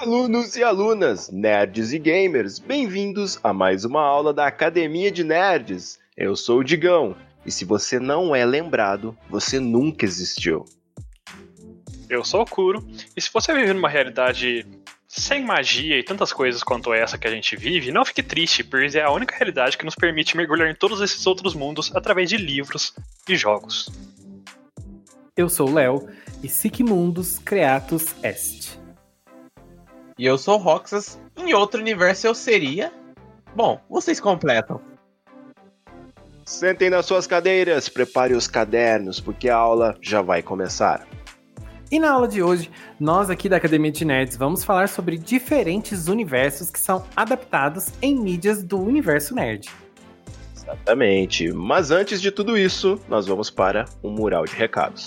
Alunos e alunas, nerds e gamers, bem-vindos a mais uma aula da Academia de Nerds. Eu sou o Digão, e se você não é lembrado, você nunca existiu. Eu sou o Kuro, e se você vive numa realidade sem magia e tantas coisas quanto essa que a gente vive, não fique triste, pois é a única realidade que nos permite mergulhar em todos esses outros mundos através de livros e jogos. Eu sou o Léo, e sic mundus creatus est. E eu sou o Roxas. Em outro universo eu seria... Bom, vocês completam. Sentem nas suas cadeiras, prepare os cadernos, porque a aula já vai começar. E na aula de hoje, nós aqui da Academia de Nerds vamos falar sobre diferentes universos que são adaptados em mídias do universo nerd. Exatamente, mas antes de tudo isso, nós vamos para um mural de recados.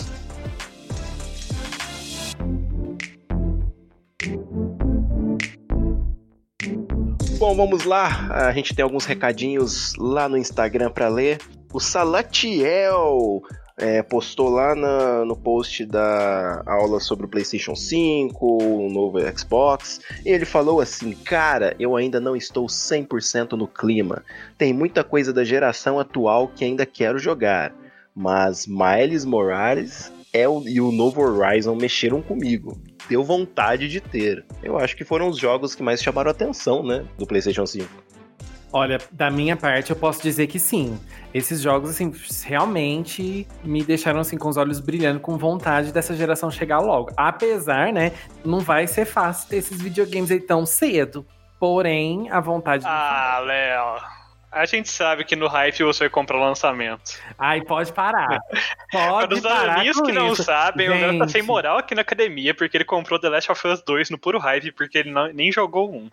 Bom, vamos lá, a gente tem alguns recadinhos lá no Instagram para ler. O Salatiel postou lá no post da aula sobre o PlayStation 5, o novo Xbox, e ele falou assim: cara, eu ainda não estou 100% no clima, tem muita coisa da geração atual que ainda quero jogar, mas Miles Morales e o novo Horizon mexeram comigo. Deu vontade de ter. Eu acho que foram os jogos que mais chamaram a atenção, né, do PlayStation 5. Olha, da minha parte eu posso dizer que sim. Esses jogos, assim, realmente me deixaram, assim, com os olhos brilhando, com vontade dessa geração chegar logo. Apesar, né, não vai ser fácil ter esses videogames aí tão cedo. Porém, a vontade... Léo... A gente sabe que no hype você vai comprar o lançamento. Ai, pode parar. Pode Para os parar aluninhos com que não isso. sabem, Gente, o Léo tá sem moral aqui na academia, porque ele comprou The Last of Us 2 no puro hype, porque ele nem jogou um.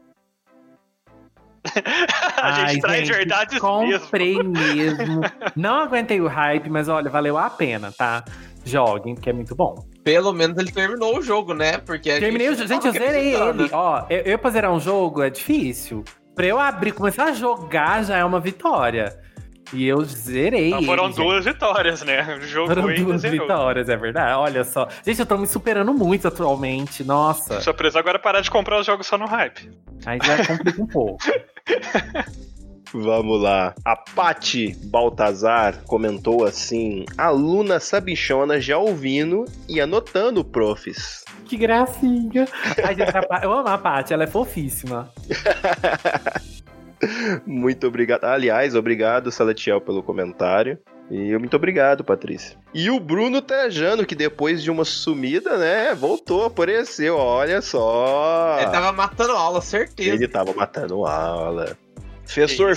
A gente traz verdades comprei mesmo. Não aguentei o hype, mas olha, valeu a pena, tá? Joguem, porque é muito bom. Pelo menos ele terminou o jogo, né? Porque Terminei o jogo. Gente, eu zerei ele. Ó, eu pra zerar um jogo é difícil. Pra eu abrir, começar a jogar já é uma vitória. E eu zerei. Então foram duas vitórias, né? O jogo foram ainda duas zerou. vitórias, é verdade. Olha só. Gente, eu tô me superando muito atualmente. Nossa. Só preciso agora parar de comprar os jogos só no hype. Aí já complica um pouco. Vamos lá. A Paty Baltazar comentou assim: aluna sabichona já ouvindo e anotando, profs. Que gracinha. Ai, gente, eu amo a Paty, ela é fofíssima. Muito obrigado. Aliás, obrigado, Salatiel, pelo comentário. E muito obrigado, Patrícia. E o Bruno Trajano, que depois de uma sumida, né, voltou, apareceu, olha só. Ele tava matando aula, certeza. Ele tava matando aula. Professor,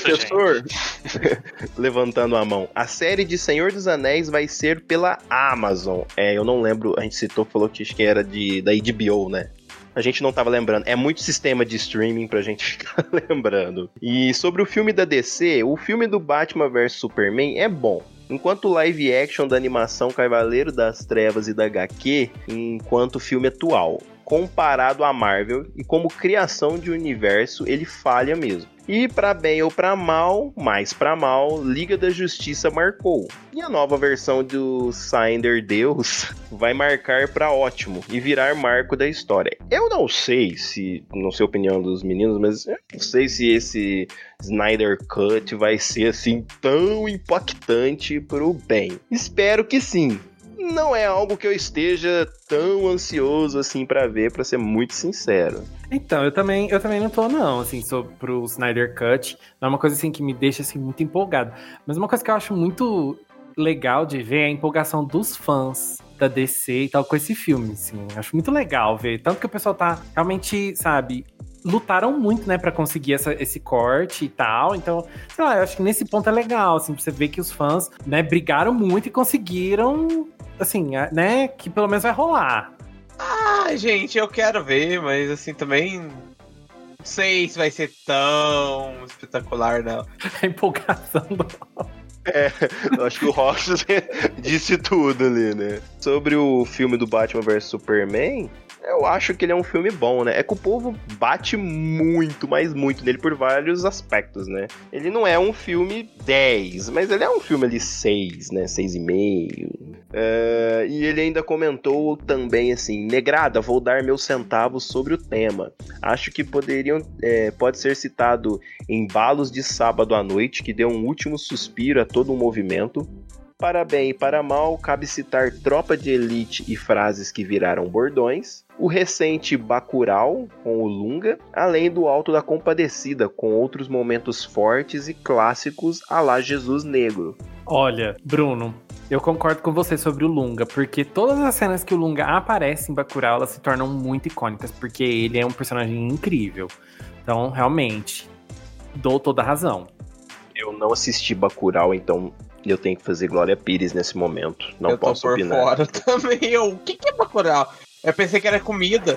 levantando a mão. A série de Senhor dos Anéis vai ser pela Amazon. Eu não lembro, a gente citou, falou que acho que era da HBO, né? A gente não tava lembrando. É muito sistema de streaming pra gente ficar lembrando. E sobre o filme da DC, o filme do Batman vs Superman é bom. Enquanto o live action da animação Cavaleiro das Trevas e da HQ, enquanto filme atual. Comparado à Marvel e como criação de universo, ele falha mesmo. E pra bem ou pra mal, mais pra mal, Liga da Justiça marcou. E a nova versão do Cinder Deus vai marcar pra ótimo e virar marco da história. Eu não sei não sei a opinião dos meninos, mas eu não sei se esse Snyder Cut vai ser assim tão impactante pro bem. Espero que sim. Não é algo que eu esteja tão ansioso assim pra ver, pra ser muito sincero. Então, eu também não tô não, assim, sobre o Snyder Cut. Não é uma coisa assim que me deixa assim muito empolgado. Mas uma coisa que eu acho muito legal de ver é a empolgação dos fãs da DC e tal com esse filme, assim. Acho muito legal ver. Tanto que o pessoal tá realmente, sabe, lutaram muito, né, pra conseguir esse corte e tal. Então, sei lá, eu acho que nesse ponto é legal, assim, pra você ver que os fãs, né, brigaram muito e conseguiram, assim, né, que pelo menos vai rolar. Ah, gente, eu quero ver, mas assim, também não sei se vai ser tão espetacular, não. A empolgação do... Eu acho que o Ross disse tudo ali, né? Sobre o filme do Batman vs Superman, eu acho que ele é um filme bom, né? É que o povo bate muito, mas muito nele por vários aspectos, né? Ele não é um filme 10, mas ele é um filme ali 6, né? 6,5. E ele ainda comentou também assim: Negrada, vou dar meus centavos sobre o tema. Acho que pode ser citado Embalos de Sábado à Noite, que deu um último suspiro a todo um movimento. Para bem e para mal, cabe citar Tropa de Elite e frases que viraram bordões. O recente Bacurau, com o Lunga, além do Alto da Compadecida, com outros momentos fortes e clássicos à la Jesus Negro. Olha, Bruno, eu concordo com você sobre o Lunga, porque todas as cenas que o Lunga aparece em Bacurau, elas se tornam muito icônicas, porque ele é um personagem incrível. Então, realmente, dou toda a razão. Eu não assisti Bacurau, então eu tenho que fazer Glória Pires nesse momento. Não posso opinar. Eu tô por fora também. O que é Bacurau? Eu pensei que era comida.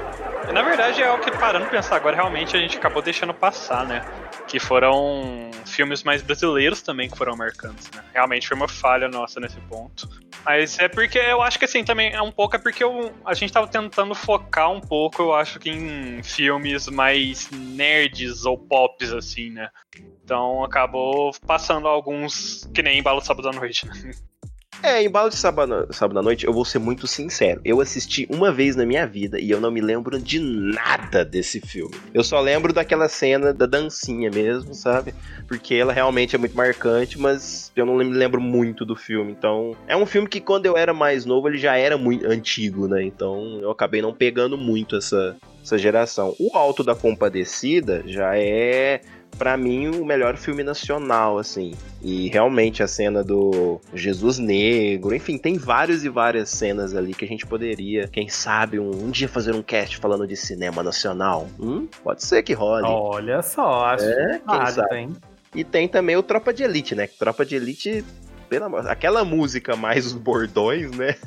Na verdade, é o que, parando de pensar agora, realmente a gente acabou deixando passar, né? Que foram filmes mais brasileiros também que foram marcantes, né? Realmente foi uma falha nossa nesse ponto. Mas é porque eu acho que assim, também é um pouco porque a gente tava tentando focar um pouco, eu acho que em filmes mais nerds ou pops, assim, né? Então acabou passando alguns que nem Embalo de Sábado à Noite, né? Embalo de Sábado à Noite, eu vou ser muito sincero. Eu assisti uma vez na minha vida e eu não me lembro de nada desse filme. Eu só lembro daquela cena da dancinha mesmo, sabe? Porque ela realmente é muito marcante, mas eu não me lembro muito do filme. Então, é um filme que quando eu era mais novo, ele já era muito antigo, né? Então, eu acabei não pegando muito essa geração. O Alto da Compadecida já é, pra mim, o melhor filme nacional, assim. E realmente a cena do Jesus Negro, enfim, tem várias e várias cenas ali que a gente poderia, quem sabe, um dia fazer um cast falando de cinema nacional. Pode ser que role. Olha só, acho que válido, hein? E tem também o Tropa de Elite, né? Tropa de Elite, aquela música mais os bordões, né?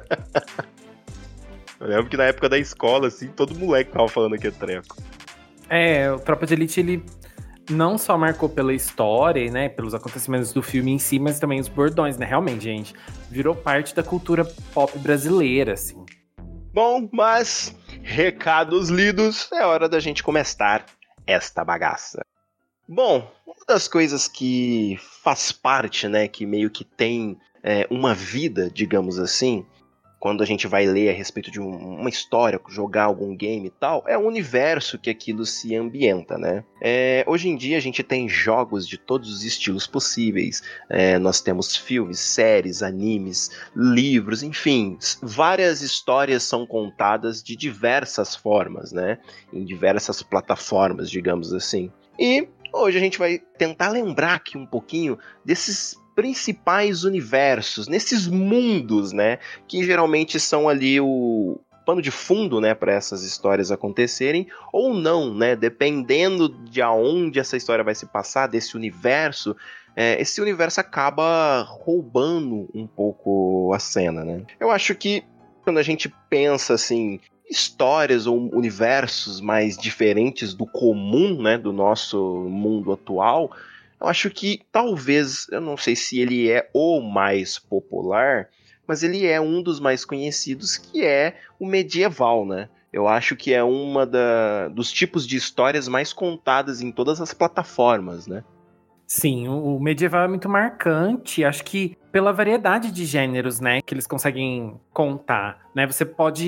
Eu lembro que na época da escola, assim, todo moleque tava falando aquele treco. O Tropa de Elite, ele não só marcou pela história, né, pelos acontecimentos do filme em si, mas também os bordões, né? Realmente, gente, virou parte da cultura pop brasileira, assim. Bom, mas recados lidos, é hora da gente começar esta bagaça. Bom, uma das coisas que faz parte, né, que meio que tem uma vida, digamos assim, quando a gente vai ler a respeito de uma história, jogar algum game e tal, é o universo que aquilo se ambienta, né? Hoje em dia a gente tem jogos de todos os estilos possíveis, nós temos filmes, séries, animes, livros, enfim, várias histórias são contadas de diversas formas, né? Em diversas plataformas, digamos assim. E hoje a gente vai tentar lembrar aqui um pouquinho desses principais universos, nesses mundos, né, que geralmente são ali o pano de fundo, né, para essas histórias acontecerem, ou não, né, dependendo de aonde essa história vai se passar, desse universo, esse universo acaba roubando um pouco a cena, né. Eu acho que quando a gente pensa, assim, histórias ou universos mais diferentes do comum, né, do nosso mundo atual, eu acho que talvez, eu não sei se ele é o mais popular, mas ele é um dos mais conhecidos, que é o medieval, né? Eu acho que é dos tipos de histórias mais contadas em todas as plataformas, né? Sim, o medieval é muito marcante, acho que pela variedade de gêneros, né, que eles conseguem contar, né, você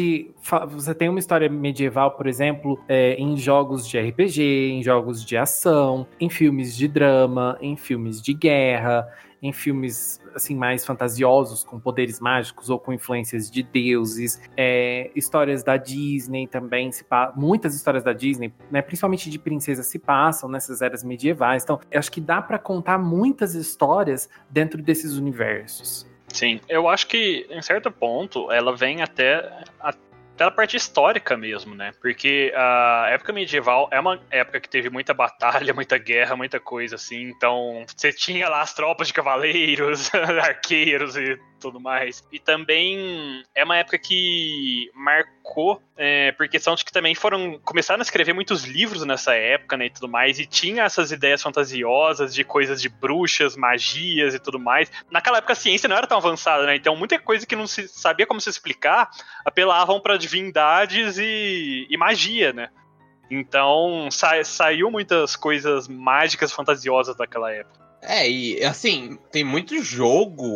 tem uma história medieval, por exemplo, em jogos de RPG, em jogos de ação, em filmes de drama, em filmes de guerra, em filmes, assim, mais fantasiosos, com poderes mágicos ou com influências de deuses, histórias da Disney também, muitas histórias da Disney, né, principalmente de princesas, se passam nessas eras medievais, então eu acho que dá pra contar muitas histórias dentro desses universos. Sim, eu acho que, em certo ponto, ela vem até a parte histórica mesmo, né? Porque a época medieval é uma época que teve muita batalha, muita guerra, muita coisa assim. Então, você tinha lá as tropas de cavaleiros, arqueiros e tudo mais. E também é uma época que marcou, por questão de que também começaram a escrever muitos livros nessa época, né, e tudo mais, e tinha essas ideias fantasiosas de coisas de bruxas, magias e tudo mais. Naquela época a ciência não era tão avançada, né, então muita coisa que não se sabia como se explicar, apelavam para divindades e magia, né. Então saiu muitas coisas mágicas, fantasiosas daquela época. E assim, tem muito jogo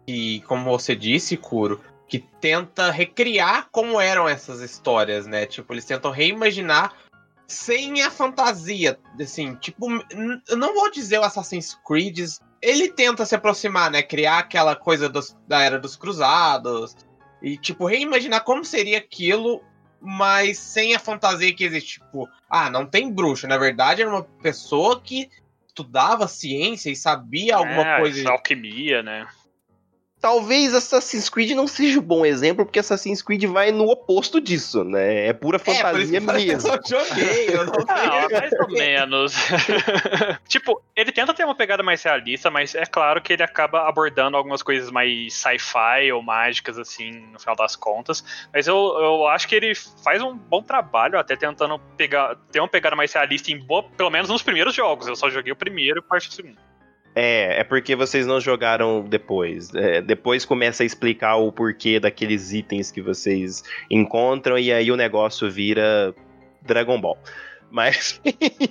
que, como você disse, Kuro, que tenta recriar como eram essas histórias, né? Tipo, eles tentam reimaginar sem a fantasia, assim, tipo, eu não vou dizer o Assassin's Creed, ele tenta se aproximar, né? Criar aquela coisa da Era dos Cruzados e, tipo, reimaginar como seria aquilo, mas sem a fantasia que existe. Tipo, não tem bruxo, na verdade era uma pessoa que estudava ciência e sabia alguma coisa. Alquimia, né? Talvez Assassin's Creed não seja um bom exemplo, porque Assassin's Creed vai no oposto disso, né? É pura fantasia mesmo. Eu joguei, eu não sei. Mais ou menos. Tipo, ele tenta ter uma pegada mais realista, mas é claro que ele acaba abordando algumas coisas mais sci-fi ou mágicas, assim, no final das contas. Mas eu acho que ele faz um bom trabalho até tentando ter uma pegada mais realista pelo menos nos primeiros jogos. Eu só joguei o primeiro e parte do segundo. É porque vocês não jogaram depois. Depois começa a explicar o porquê daqueles itens que vocês encontram e aí o negócio vira Dragon Ball. Mas, enfim.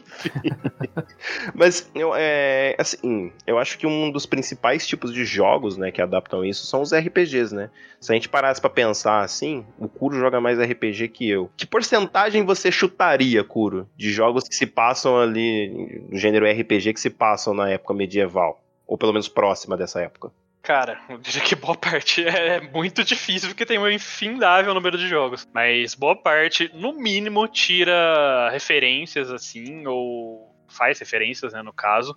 Mas eu acho que um dos principais tipos de jogos, né, que adaptam isso são os RPGs, né? Se a gente parasse pra pensar assim, o Kuro joga mais RPG que eu. Que porcentagem você chutaria, Kuro, de jogos que se passam ali no gênero RPG que se passam na época medieval? Ou pelo menos próxima dessa época? Cara, eu diria que boa parte é muito difícil, porque tem um infindável número de jogos. Mas boa parte, no mínimo, tira referências, assim, ou faz referências, né, no caso,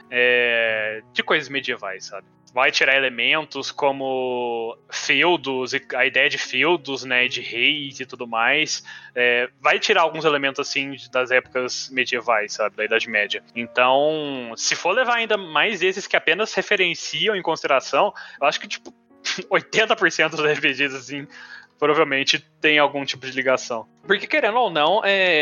de coisas medievais, sabe? Vai tirar elementos como feudos, a ideia de feudos, né, de reis e tudo mais. Vai tirar alguns elementos, assim, das épocas medievais, sabe, da Idade Média. Então, se for levar ainda mais esses que apenas referenciam em consideração, eu acho que, tipo, 80% dos RPGs, assim, provavelmente tem algum tipo de ligação. Porque, querendo ou não,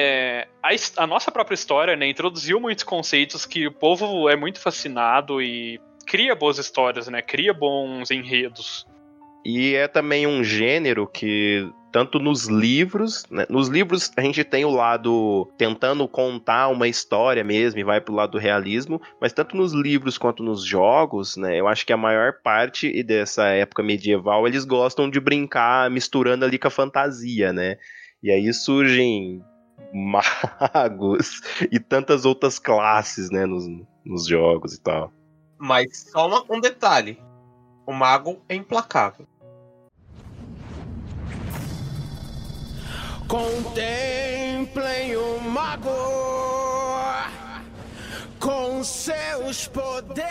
a nossa própria história, né, introduziu muitos conceitos que o povo é muito fascinado e cria boas histórias, né? Cria bons enredos. E é também um gênero que, tanto nos livros, né? Nos livros a gente tem o lado tentando contar uma história mesmo e vai pro lado do realismo, mas tanto nos livros quanto nos jogos, né? Eu acho que a maior parte dessa época medieval, eles gostam de brincar misturando ali com a fantasia, né? E aí surgem magos e tantas outras classes, né? Nos jogos e tal. Mas só um detalhe. O mago é implacável. Contemplem o mago com seus poderes.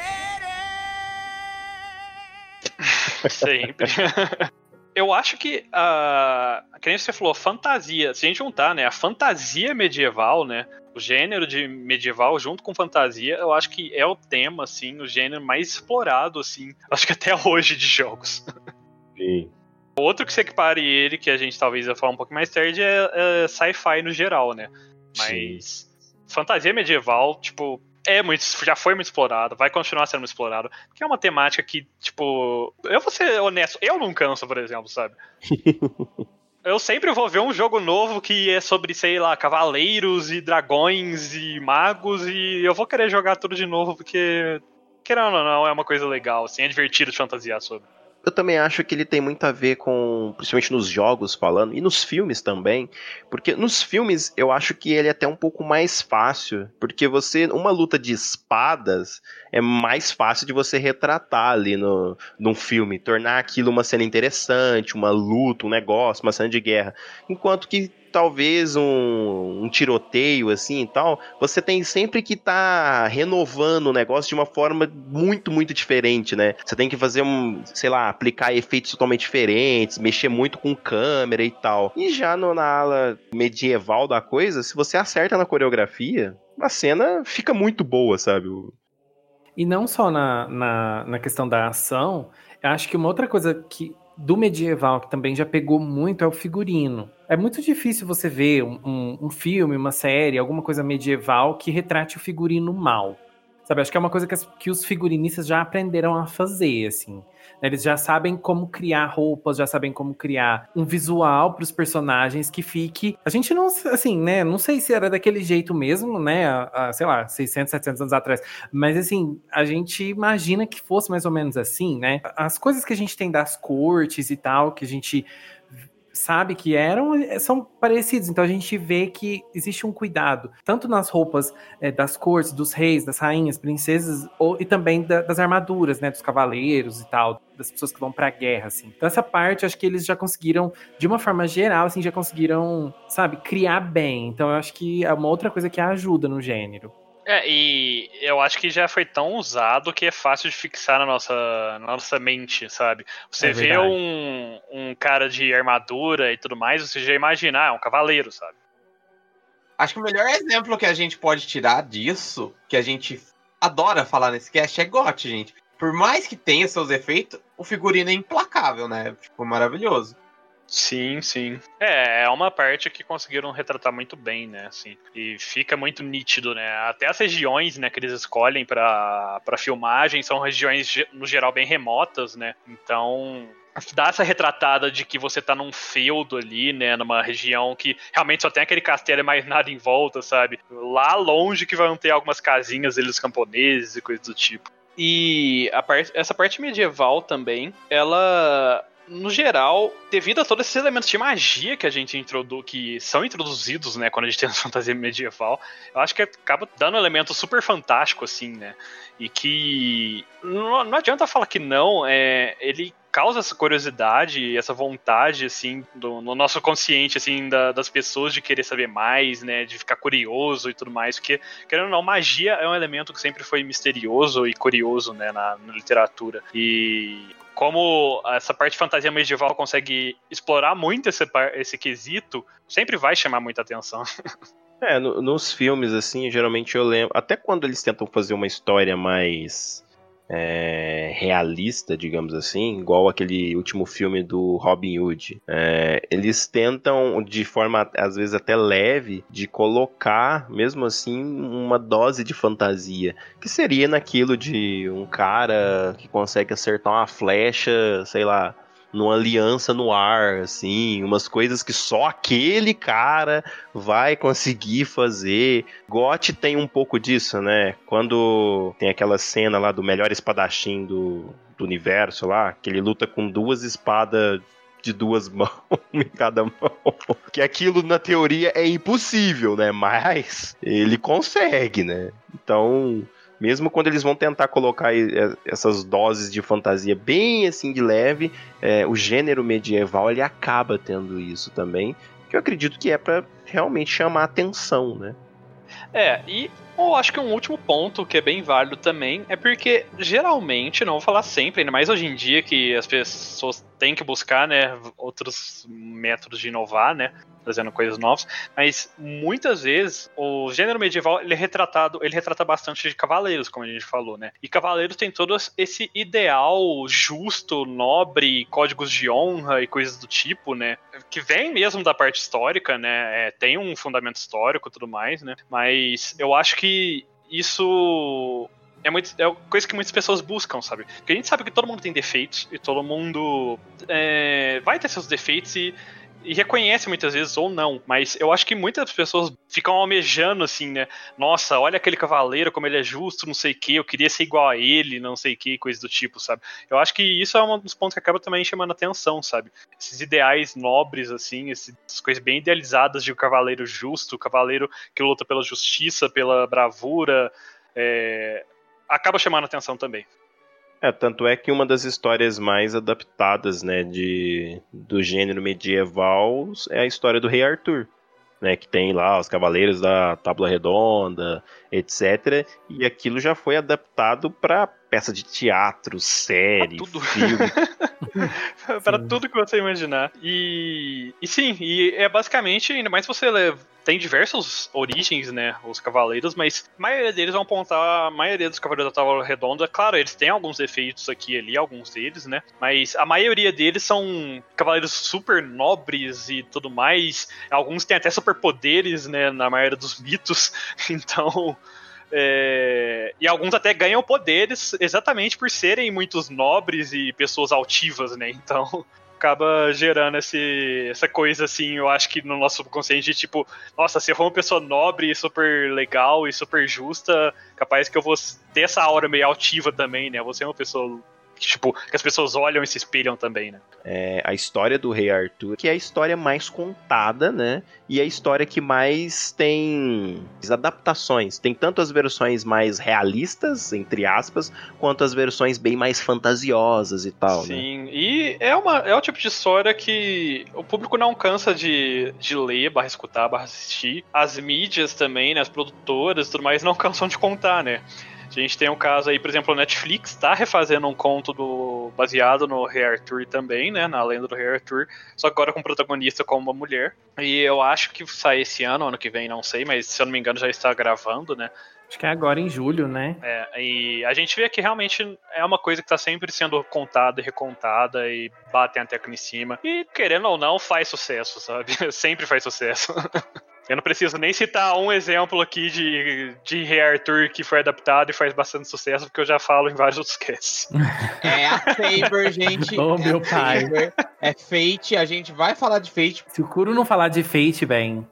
Sempre. Eu acho que que nem você falou, fantasia. Se a gente juntar, né, a fantasia medieval, né, o gênero de medieval junto com fantasia, eu acho que é o tema, assim, o gênero mais explorado, assim, acho que até hoje de jogos. Sim. Outro que se equipare ele, que a gente talvez vai falar um pouco mais tarde, é sci-fi no geral, né? Mas fantasia medieval, tipo, já foi muito explorado, vai continuar sendo muito explorado, porque é uma temática que, tipo, eu vou ser honesto, eu não canso, por exemplo, sabe? Eu sempre vou ver um jogo novo que é sobre, sei lá, cavaleiros e dragões e magos, e eu vou querer jogar tudo de novo, porque, querendo ou não, é uma coisa legal, assim, é divertido de fantasiar sobre. Eu também acho que ele tem muito a ver com, principalmente nos jogos falando, e nos filmes também, porque nos filmes eu acho que ele é até um pouco mais fácil, porque uma luta de espadas é mais fácil de você retratar ali num filme, tornar aquilo uma cena interessante, uma luta, um negócio, uma cena de guerra, enquanto que talvez um tiroteio assim e tal, você tem sempre que estar renovando o negócio de uma forma muito, muito diferente, né? Você tem que fazer sei lá, aplicar efeitos totalmente diferentes, mexer muito com câmera e tal. E já na ala medieval da coisa, se você acerta na coreografia, a cena fica muito boa, sabe? E não só na questão da ação, eu acho que uma outra coisa do medieval que também já pegou muito é o figurino. É muito difícil você ver um filme, uma série, alguma coisa medieval que retrate o figurino mal. Sabe, acho que é uma coisa que os figurinistas já aprenderam a fazer, assim. Eles já sabem como criar roupas, já sabem como criar um visual para os personagens que fique... A gente não, assim, né, não sei se era daquele jeito mesmo, né, sei lá, 600, 700 anos atrás, mas, assim, a gente imagina que fosse mais ou menos assim, né? As coisas que a gente tem das cortes e tal, que a gente sabe que são parecidos, então a gente vê que existe um cuidado, tanto nas roupas das cortes, dos reis, das rainhas, princesas, e também das armaduras, né, dos cavaleiros e tal, das pessoas que vão pra guerra, assim. Então essa parte, acho que eles já conseguiram, de uma forma geral, assim, já conseguiram, sabe, criar bem, então eu acho que é uma outra coisa que ajuda no gênero. E eu acho que já foi tão usado que é fácil de fixar na nossa mente, sabe? Você vê um cara de armadura e tudo mais, você já imagina, é um cavaleiro, sabe? Acho que o melhor exemplo que a gente pode tirar disso, que a gente adora falar nesse cast, é GOT, gente. Por mais que tenha seus efeitos, o figurino é implacável, né? Tipo, maravilhoso. Sim, sim. É uma parte que conseguiram retratar muito bem, né, assim. E fica muito nítido, né. Até as regiões, né, que eles escolhem pra filmagem são regiões, no geral, bem remotas, né. Então, dá essa retratada de que você tá num feudo ali, né, numa região que realmente só tem aquele castelo e mais nada em volta, sabe. Lá longe que vão ter algumas casinhas ali dos camponeses e coisas do tipo. E essa parte medieval também, ela... No geral, devido a todos esses elementos de magia que a gente que são introduzidos, né, quando a gente tem a fantasia medieval, eu acho que acaba dando um elemento super fantástico, assim, né, e que não adianta falar que não, ele causa essa curiosidade e essa vontade, assim, no nosso consciente, assim, das pessoas de querer saber mais, né, de ficar curioso e tudo mais, porque, querendo ou não, magia é um elemento que sempre foi misterioso e curioso, né, na literatura, e... Como essa parte de fantasia medieval consegue explorar muito esse quesito, sempre vai chamar muita atenção. Nos filmes, assim, geralmente eu lembro... Até quando eles tentam fazer uma história mais realista, digamos assim, igual aquele último filme do Robin Hood, eles tentam, de forma, às vezes até leve, de colocar, mesmo assim, uma dose de fantasia, que seria naquilo de um cara que consegue acertar uma flecha, sei lá, numa aliança no ar, assim, umas coisas que só aquele cara vai conseguir fazer. GOT tem um pouco disso, né? Quando tem aquela cena lá do melhor espadachim do universo lá, que ele luta com 2 espadas de 2 mãos em cada mão. Que aquilo, na teoria, é impossível, né? Mas ele consegue, né? Então... Mesmo quando eles vão tentar colocar essas doses de fantasia bem assim de leve, o gênero medieval ele acaba tendo isso também, que eu acredito que é pra realmente chamar a atenção, né? E eu acho que um último ponto que é bem válido também é porque geralmente, não vou falar sempre, ainda mais hoje em dia que as pessoas têm que buscar, né, outros métodos de inovar, né, trazendo coisas novas, mas muitas vezes o gênero medieval ele retrata bastante de cavaleiros, como a gente falou, né? E cavaleiros tem todo esse ideal justo, nobre, códigos de honra e coisas do tipo, né? Que vem mesmo da parte histórica, né? Tem um fundamento histórico e tudo mais, né? Mas eu acho que isso é coisa que muitas pessoas buscam, sabe? Porque a gente sabe que todo mundo tem defeitos e todo mundo vai ter seus defeitos e reconhece muitas vezes ou não, mas eu acho que muitas pessoas ficam almejando assim, né? Nossa, olha aquele cavaleiro, como ele é justo, não sei o que, eu queria ser igual a ele, não sei o que, coisa do tipo, sabe? Eu acho que isso é um dos pontos que acaba também chamando atenção, sabe? Esses ideais nobres, assim, essas coisas bem idealizadas de um cavaleiro justo, cavaleiro que luta pela justiça, pela bravura, acaba chamando atenção também. Tanto é que uma das histórias mais adaptadas, né, do gênero medieval é a história do Rei Arthur, né, que tem lá os Cavaleiros da Tábua Redonda, etc. E aquilo já foi adaptado para peça de teatro, série, filme. Para tudo que você imaginar. E sim, é basicamente, ainda mais você tem diversas origens, né, os cavaleiros, mas a maioria deles vão apontar, a maioria dos cavaleiros da Tábua Redonda, claro, eles têm alguns efeitos aqui e ali, alguns deles, né, mas a maioria deles são cavaleiros super nobres e tudo mais, alguns têm até superpoderes, né, na maioria dos mitos, então... E alguns até ganham poderes exatamente por serem muitos nobres e pessoas altivas, né? Então acaba gerando essa coisa assim, eu acho que no nosso subconsciente de tipo, nossa, se eu for uma pessoa nobre e super legal e super justa, capaz que eu vou ter essa aura meio altiva também, né? Eu vou ser uma pessoa tipo, que as pessoas olham e se espelham também, né? A história do Rei Arthur, que é a história mais contada, né? E a história que mais tem adaptações. Tem tanto as versões mais realistas, entre aspas, quanto as versões bem mais fantasiosas e tal, né? Sim, e é o tipo de história que o público não cansa de ler, escutar, assistir. As mídias também, né? As produtoras e tudo mais não cansam de contar, né? A gente tem um caso aí, por exemplo, a Netflix tá refazendo um conto baseado no Rei Arthur também, né, na lenda do Rei Arthur, só que agora com o protagonista como uma mulher. E eu acho que sai esse ano que vem, não sei, mas se eu não me engano já está gravando, né. Acho que é agora em julho, né? E a gente vê que realmente é uma coisa que tá sempre sendo contada e recontada e batem a tecla em cima. E, querendo ou não, faz sucesso, sabe? Sempre faz sucesso. Eu não preciso nem citar um exemplo aqui de Rei Arthur que foi adaptado e faz bastante sucesso, porque eu já falo em vários outros casts. É a Saber, gente. Ô, meu pai. Saber, é Fate, a gente vai falar de Fate. Se o Kuro não falar de Fate, bem...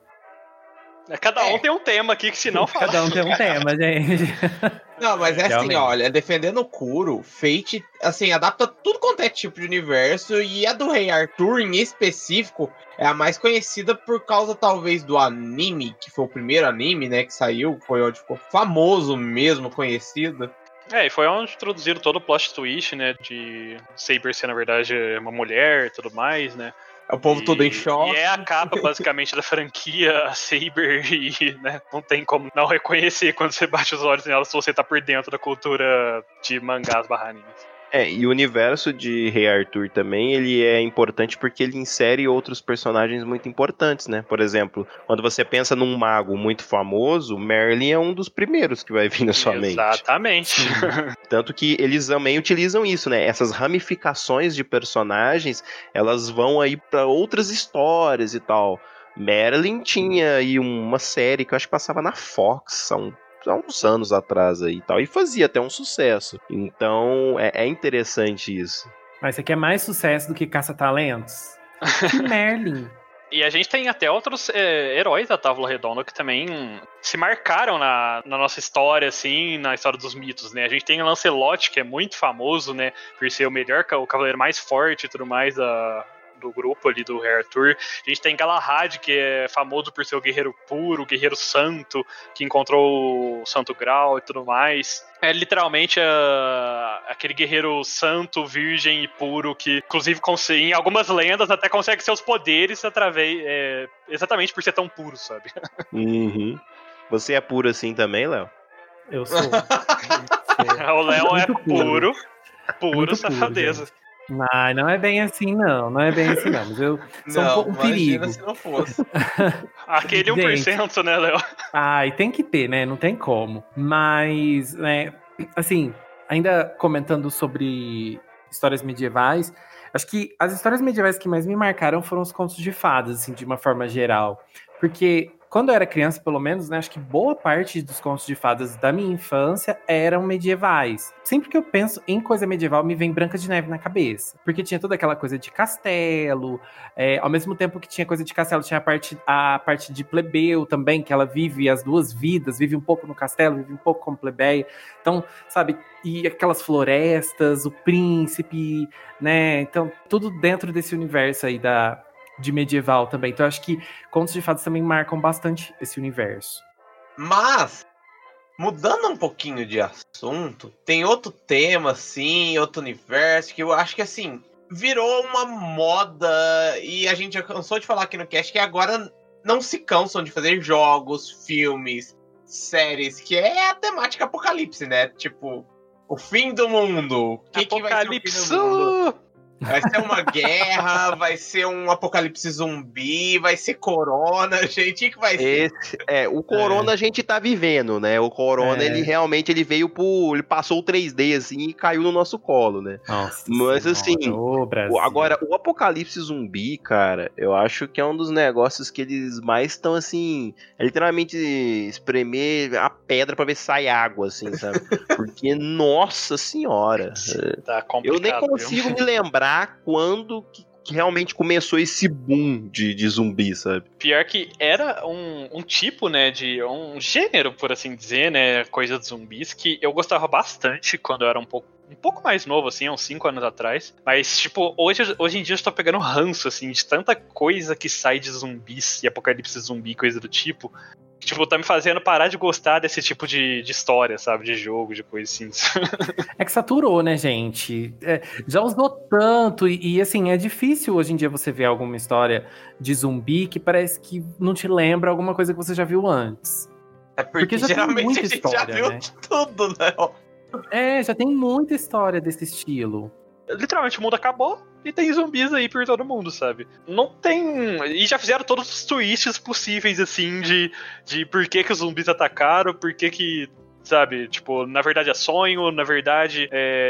Cada um tem um tema aqui que se não falar. Cada um tem um tema, gente. Não, mas é assim, Realmente. olha, defendendo o Kuro, Fate, assim, adapta tudo quanto é tipo de universo, e a do Rei Arthur, em específico, é a mais conhecida por causa, talvez, do anime, que foi o primeiro anime, né, que saiu, foi onde ficou famoso mesmo, conhecido. E foi onde introduziram todo o plot twist, né, de Saber ser, na verdade, uma mulher e tudo mais, né. O povo todo em choque. E é a capa, basicamente, da franquia, a Saber, e né, não tem como não reconhecer quando você bate os olhos nela se você tá por dentro da cultura de mangás / animes. E o universo de Rei Arthur também, ele é importante porque ele insere outros personagens muito importantes, né? Por exemplo, quando você pensa num mago muito famoso, Merlin é um dos primeiros que vai vir na sua mente. Exatamente. Tanto que eles também utilizam isso, né? Essas ramificações de personagens, elas vão aí para outras histórias e tal. Merlin tinha aí uma série que eu acho que passava na Fox há uns anos atrás aí e tal, e fazia até um sucesso. Então, é interessante isso. Mas você quer mais sucesso do que Caça-Talentos? Que Merlin. E a gente tem até outros heróis da Távola Redonda que também se marcaram na nossa história, assim, na história dos mitos, né? A gente tem o Lancelot, que é muito famoso, né? Por ser o cavaleiro mais forte e tudo mais do grupo ali do Rei Arthur. A gente tem Galahad, que é famoso por ser o guerreiro puro, o guerreiro santo, que encontrou o Santo Graal e tudo mais. É literalmente aquele guerreiro santo, virgem e puro, que inclusive em algumas lendas até consegue seus poderes exatamente por ser tão puro, sabe? Uhum. Você é puro assim também, Léo? Eu sou. O Léo é Muito puro safadeza. Não é bem assim, não. Não é bem assim, não. Mas eu sou um perigo. Se não fosse. Aquele 1%, né, Léo? E tem que ter, né? Não tem como. Mas, né, assim, ainda comentando sobre histórias medievais, acho que as histórias medievais que mais me marcaram foram os contos de fadas, assim, de uma forma geral. Porque quando eu era criança, pelo menos, né, acho que boa parte dos contos de fadas da minha infância eram medievais. Sempre que eu penso em coisa medieval, me vem Branca de Neve na cabeça. Porque tinha toda aquela coisa de castelo, ao mesmo tempo que tinha coisa de castelo, tinha a parte de plebeu também, que ela vive as duas vidas, vive um pouco no castelo, vive um pouco como plebeia. Então, sabe, e aquelas florestas, o príncipe, né, então tudo dentro desse universo aí de medieval também. Então, eu acho que contos de fadas também marcam bastante esse universo. Mas, mudando um pouquinho de assunto, tem outro tema, assim, outro universo, que eu acho que, assim, virou uma moda, e a gente já cansou de falar aqui no cast, que agora não se cansam de fazer jogos, filmes, séries, que é a temática apocalipse, né? Tipo, o fim do mundo. O que vai ser o fim do mundo? Vai ser uma guerra, vai ser um apocalipse zumbi, vai ser corona, gente, o que vai ser? O corona a gente tá vivendo, né? O corona, ele realmente ele veio ele passou o 3D assim e caiu no nosso colo, né? Nossa Mas assim, Brasil. agora o apocalipse zumbi, cara, eu acho que é um dos negócios que eles mais estão assim, é literalmente espremer a pedra pra ver se sai água, assim, sabe? Porque, nossa senhora, Tá complicado, eu nem consigo me lembrar quando que realmente começou esse boom de zumbi, sabe? Pior que era um tipo, né, de um gênero, por assim dizer, né, coisa de zumbis, que eu gostava bastante quando eu era um pouco mais novo, assim, uns 5 anos atrás. Mas, tipo, hoje em dia eu estou pegando ranço, assim, de tanta coisa que sai de zumbis e apocalipse zumbi, coisa do tipo. Que, tipo, tá me fazendo parar de gostar desse tipo de história, sabe? De jogo, de coisa assim. É que saturou, né, gente? Já usou tanto e, assim, é difícil hoje em dia você ver alguma história de zumbi que parece que não te lembra alguma coisa que você já viu antes. É porque já geralmente tem muita a gente história, já viu né? tudo, né? Já tem muita história desse estilo. Literalmente o mundo acabou e tem zumbis aí por todo mundo, sabe? Não tem. E já fizeram todos os twists possíveis, assim, de por que os zumbis atacaram, por que. Sabe, tipo, na verdade é sonho, na verdade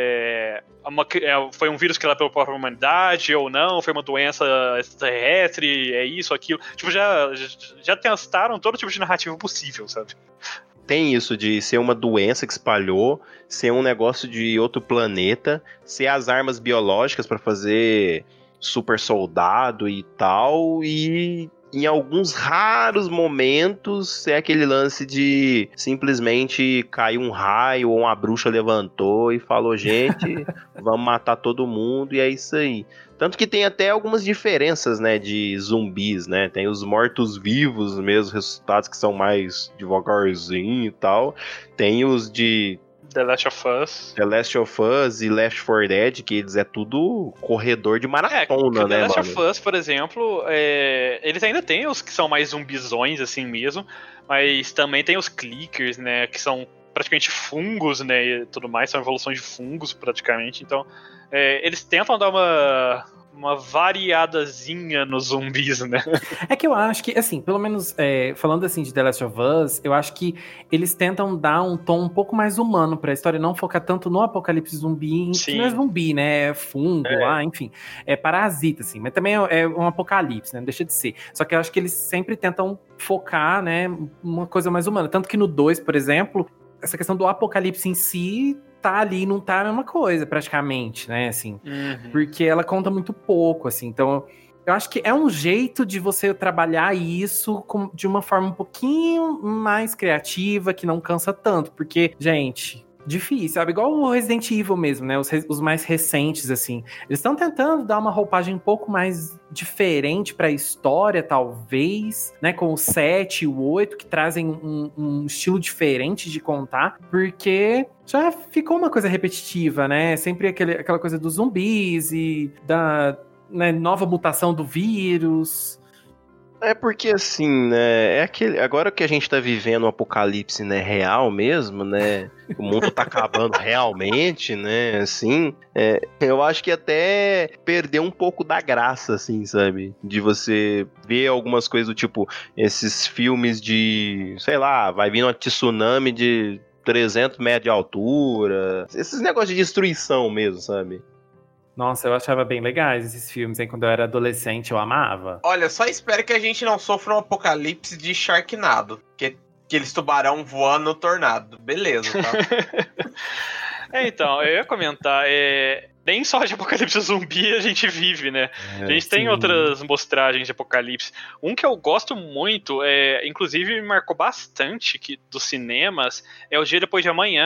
foi um vírus criado pela própria humanidade ou não, foi uma doença extraterrestre, é isso, aquilo. Tipo, já testaram todo tipo de narrativa possível, sabe? Tem isso de ser uma doença que espalhou, ser um negócio de outro planeta, ser as armas biológicas pra fazer super soldado e tal, e em alguns raros momentos é aquele lance de simplesmente cair um raio ou uma bruxa levantou e falou, gente, vamos matar todo mundo e é isso aí. Tanto que tem até algumas diferenças, né, de zumbis, né? Tem os mortos-vivos mesmo, ressuscitados, que são mais devagarzinho e tal. Tem os de The Last of Us. The Last of Us e Left 4 Dead, que eles é tudo corredor de maratona, né, The Last mano? of Us, por exemplo, eles ainda têm os que são mais zumbizões, assim mesmo, mas também tem os clickers, né, que são praticamente fungos, né, e tudo mais, são evoluções de fungos, praticamente, então eles tentam dar uma variadazinha nos zumbis, né? É que eu acho que, assim, pelo menos falando assim de The Last of Us, eu acho que eles tentam dar um tom um pouco mais humano pra história, não focar tanto no apocalipse zumbi, que não é zumbi, né? É fungo lá, enfim. É parasita, assim, mas também é um apocalipse, né? Não deixa de ser. Só que eu acho que eles sempre tentam focar, né, uma coisa mais humana. Tanto que no 2, por exemplo, essa questão do apocalipse em si tá ali, não tá a mesma coisa, praticamente, né, assim. Porque ela conta muito pouco, assim. Então, eu acho que é um jeito de você trabalhar isso de uma forma um pouquinho mais criativa, que não cansa tanto. Porque, gente, difícil, sabe? Igual o Resident Evil mesmo, né? Os mais recentes, assim. Eles estão tentando dar uma roupagem um pouco mais diferente pra história, talvez, né? Com o 7 e o 8, que trazem um estilo diferente de contar, porque já ficou uma coisa repetitiva, né? Sempre aquela coisa dos zumbis e da nova mutação do vírus. É porque assim, né, agora que a gente tá vivendo um apocalipse, né, real mesmo, né, o mundo tá acabando realmente, né, assim, eu acho que até perdeu um pouco da graça, assim, sabe, de você ver algumas coisas do tipo, esses filmes de, sei lá, vai vir uma tsunami de 300 metros de altura, esses negócios de destruição mesmo, sabe. Nossa, eu achava bem legais esses filmes, hein? Quando eu era adolescente, eu amava. Olha, só espero que a gente não sofra um apocalipse de Sharknado. Que aqueles tubarão voando no tornado. Beleza, tá? Então, eu ia comentar, nem só de apocalipse zumbi a gente vive, né? A gente tem outras mostragens de apocalipse. Um que eu gosto muito, inclusive me marcou bastante dos cinemas, é O Dia Depois de Amanhã.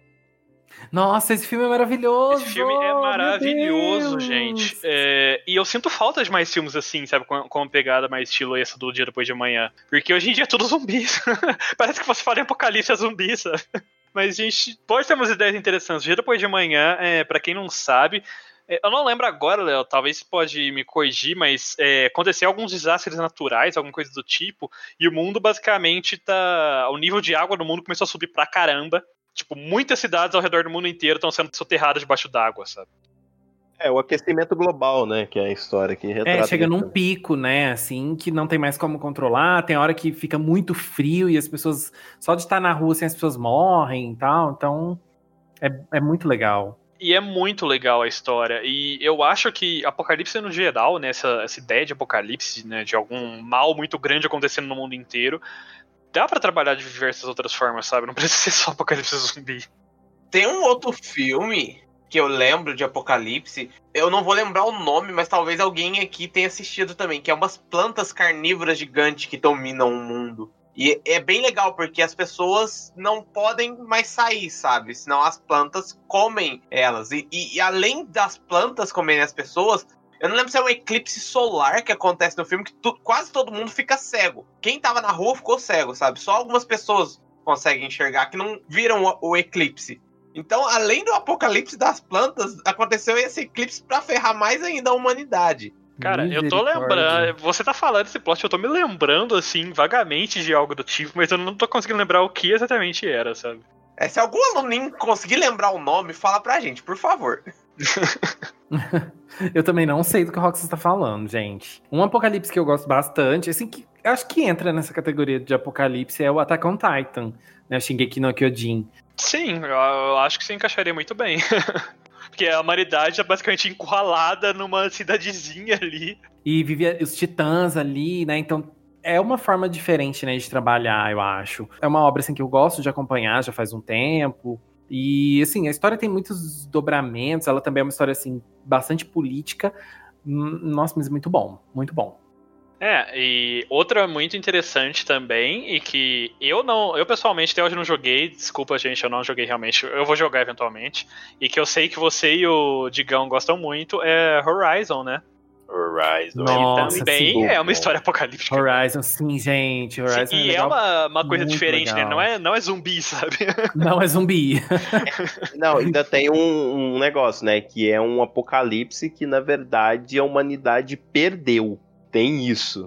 Nossa, esse filme é maravilhoso! Esse filme é maravilhoso, gente. E eu sinto falta de mais filmes assim, sabe? Com uma pegada mais estilo essa do Dia Depois de Amanhã. Porque hoje em dia é tudo zumbis. Parece que você fala em apocalipse é zumbi, sabe? Mas a gente pode ter umas ideias interessantes. O Dia Depois de Amanhã, pra quem não sabe, eu não lembro agora, Léo, talvez você pode me corrigir, mas aconteceu alguns desastres naturais, alguma coisa do tipo, e o mundo basicamente o nível de água do mundo começou a subir pra caramba. Tipo, muitas cidades ao redor do mundo inteiro estão sendo soterradas debaixo d'água, sabe? É, o aquecimento global, né? Que é a história que retrata. Chega num isso. pico, né, assim, que não tem mais como controlar, tem hora que fica muito frio e as pessoas, só de estar na rua assim, as pessoas morrem e tal, então é muito legal. E é muito legal a história. E eu acho que Apocalipse no geral, né, essa ideia de apocalipse, né, de algum mal muito grande acontecendo no mundo inteiro, dá pra trabalhar de diversas outras formas, sabe? Não precisa ser só Apocalipse zumbi. Tem um outro filme que eu lembro de Apocalipse, eu não vou lembrar o nome, mas talvez alguém aqui tenha assistido também, que é umas plantas carnívoras gigantes que dominam o mundo. E é bem legal, porque as pessoas não podem mais sair, sabe? Senão as plantas comem elas. E além das plantas comerem as pessoas, eu não lembro se é um eclipse solar que acontece no filme, que quase todo mundo fica cego. Quem tava na rua ficou cego, sabe? Só algumas pessoas conseguem enxergar, que não viram o eclipse. Então, além do apocalipse das plantas, aconteceu esse eclipse pra ferrar mais ainda a humanidade. Cara, eu tô Misericórdia. lembrando. Você tá falando esse plot, eu tô me lembrando, assim, vagamente de algo do tipo, mas eu não tô conseguindo lembrar o que exatamente era, sabe? Se algum aluninho conseguir lembrar o nome, fala pra gente, por favor. Eu também não sei do que o Roxas tá falando, gente. Um apocalipse que eu gosto bastante, assim, que acho que entra nessa categoria de apocalipse, é o Attack on Titan, né? Shingeki no Kyojin. Sim, eu acho que se encaixaria muito bem. Porque a humanidade é basicamente encurralada numa cidadezinha ali. E vivia os titãs ali, né? Então é uma forma diferente, né, de trabalhar, eu acho. É uma obra assim que eu gosto de acompanhar já faz um tempo. E assim, a história tem muitos dobramentos, ela também é uma história assim bastante política. Nossa, mas muito bom, muito bom. E outra muito interessante também, e que eu pessoalmente até hoje não joguei, desculpa gente, eu não joguei realmente, eu vou jogar eventualmente, e que eu sei que você e o Digão gostam muito, é Horizon, né? Horizon. Nossa, também sim. é uma história apocalíptica. Horizon, sim, gente. Horizon Sim, e legal, uma coisa muito diferente, legal. né? Não é zumbi, sabe? Não é zumbi. Não, ainda tem um negócio, né? Que é um apocalipse que, na verdade, a humanidade perdeu. Tem isso.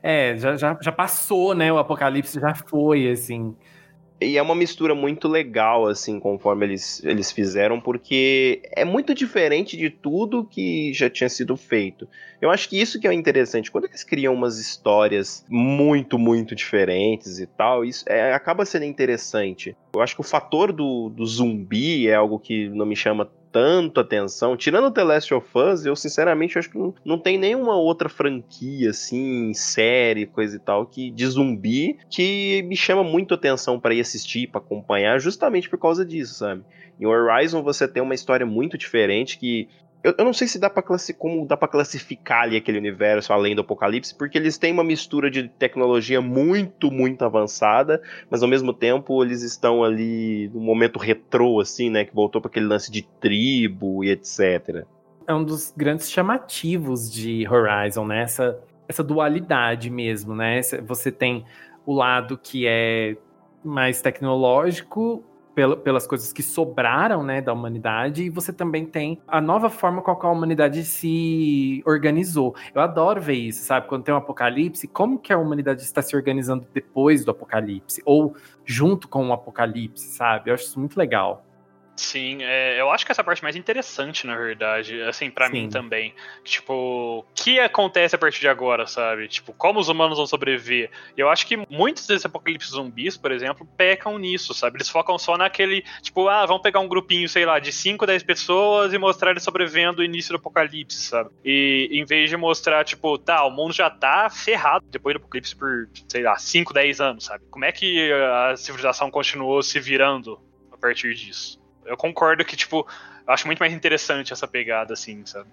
Já passou, né? O apocalipse já foi, assim. E é uma mistura muito legal, assim, conforme eles fizeram, porque é muito diferente de tudo que já tinha sido feito. Eu acho que isso que é interessante. Quando eles criam umas histórias muito, muito diferentes e tal, isso acaba sendo interessante. Eu acho que o fator do zumbi é algo que não me chama tanto atenção. Tirando The Last of Us, eu sinceramente acho que não tem nenhuma outra franquia, assim, série, coisa e tal, de zumbi que me chama muito atenção pra ir assistir, pra acompanhar, justamente por causa disso, sabe? Em Horizon você tem uma história muito diferente que eu não sei se como dá pra classificar ali aquele universo além do apocalipse, porque eles têm uma mistura de tecnologia muito, muito avançada, mas ao mesmo tempo eles estão ali num momento retrô, assim, né, que voltou para aquele lance de tribo e etc. É um dos grandes chamativos de Horizon, né? Essa dualidade mesmo, né? Você tem o lado que é mais tecnológico, pelas coisas que sobraram, né, da humanidade, e você também tem a nova forma com a qual a humanidade se organizou. Eu adoro ver isso, sabe? Quando tem um apocalipse, como que a humanidade está se organizando depois do apocalipse, ou junto com o apocalipse, sabe? Eu acho isso muito legal. Sim, eu acho que essa parte mais interessante, na verdade, assim, pra mim também. Tipo, o que acontece a partir de agora, sabe? Tipo, como os humanos vão sobreviver? Eu acho que muitos desses apocalipses zumbis, por exemplo, pecam nisso, sabe? Eles focam só naquele, tipo, vamos pegar um grupinho, sei lá, de 5, 10 pessoas e mostrar eles sobrevivendo no início do apocalipse, sabe? E em vez de mostrar, tipo, o mundo já tá ferrado depois do apocalipse por, sei lá, 5, 10 anos, sabe? Como é que a civilização continuou se virando a partir disso? Eu concordo que, tipo, eu acho muito mais interessante essa pegada, assim, sabe?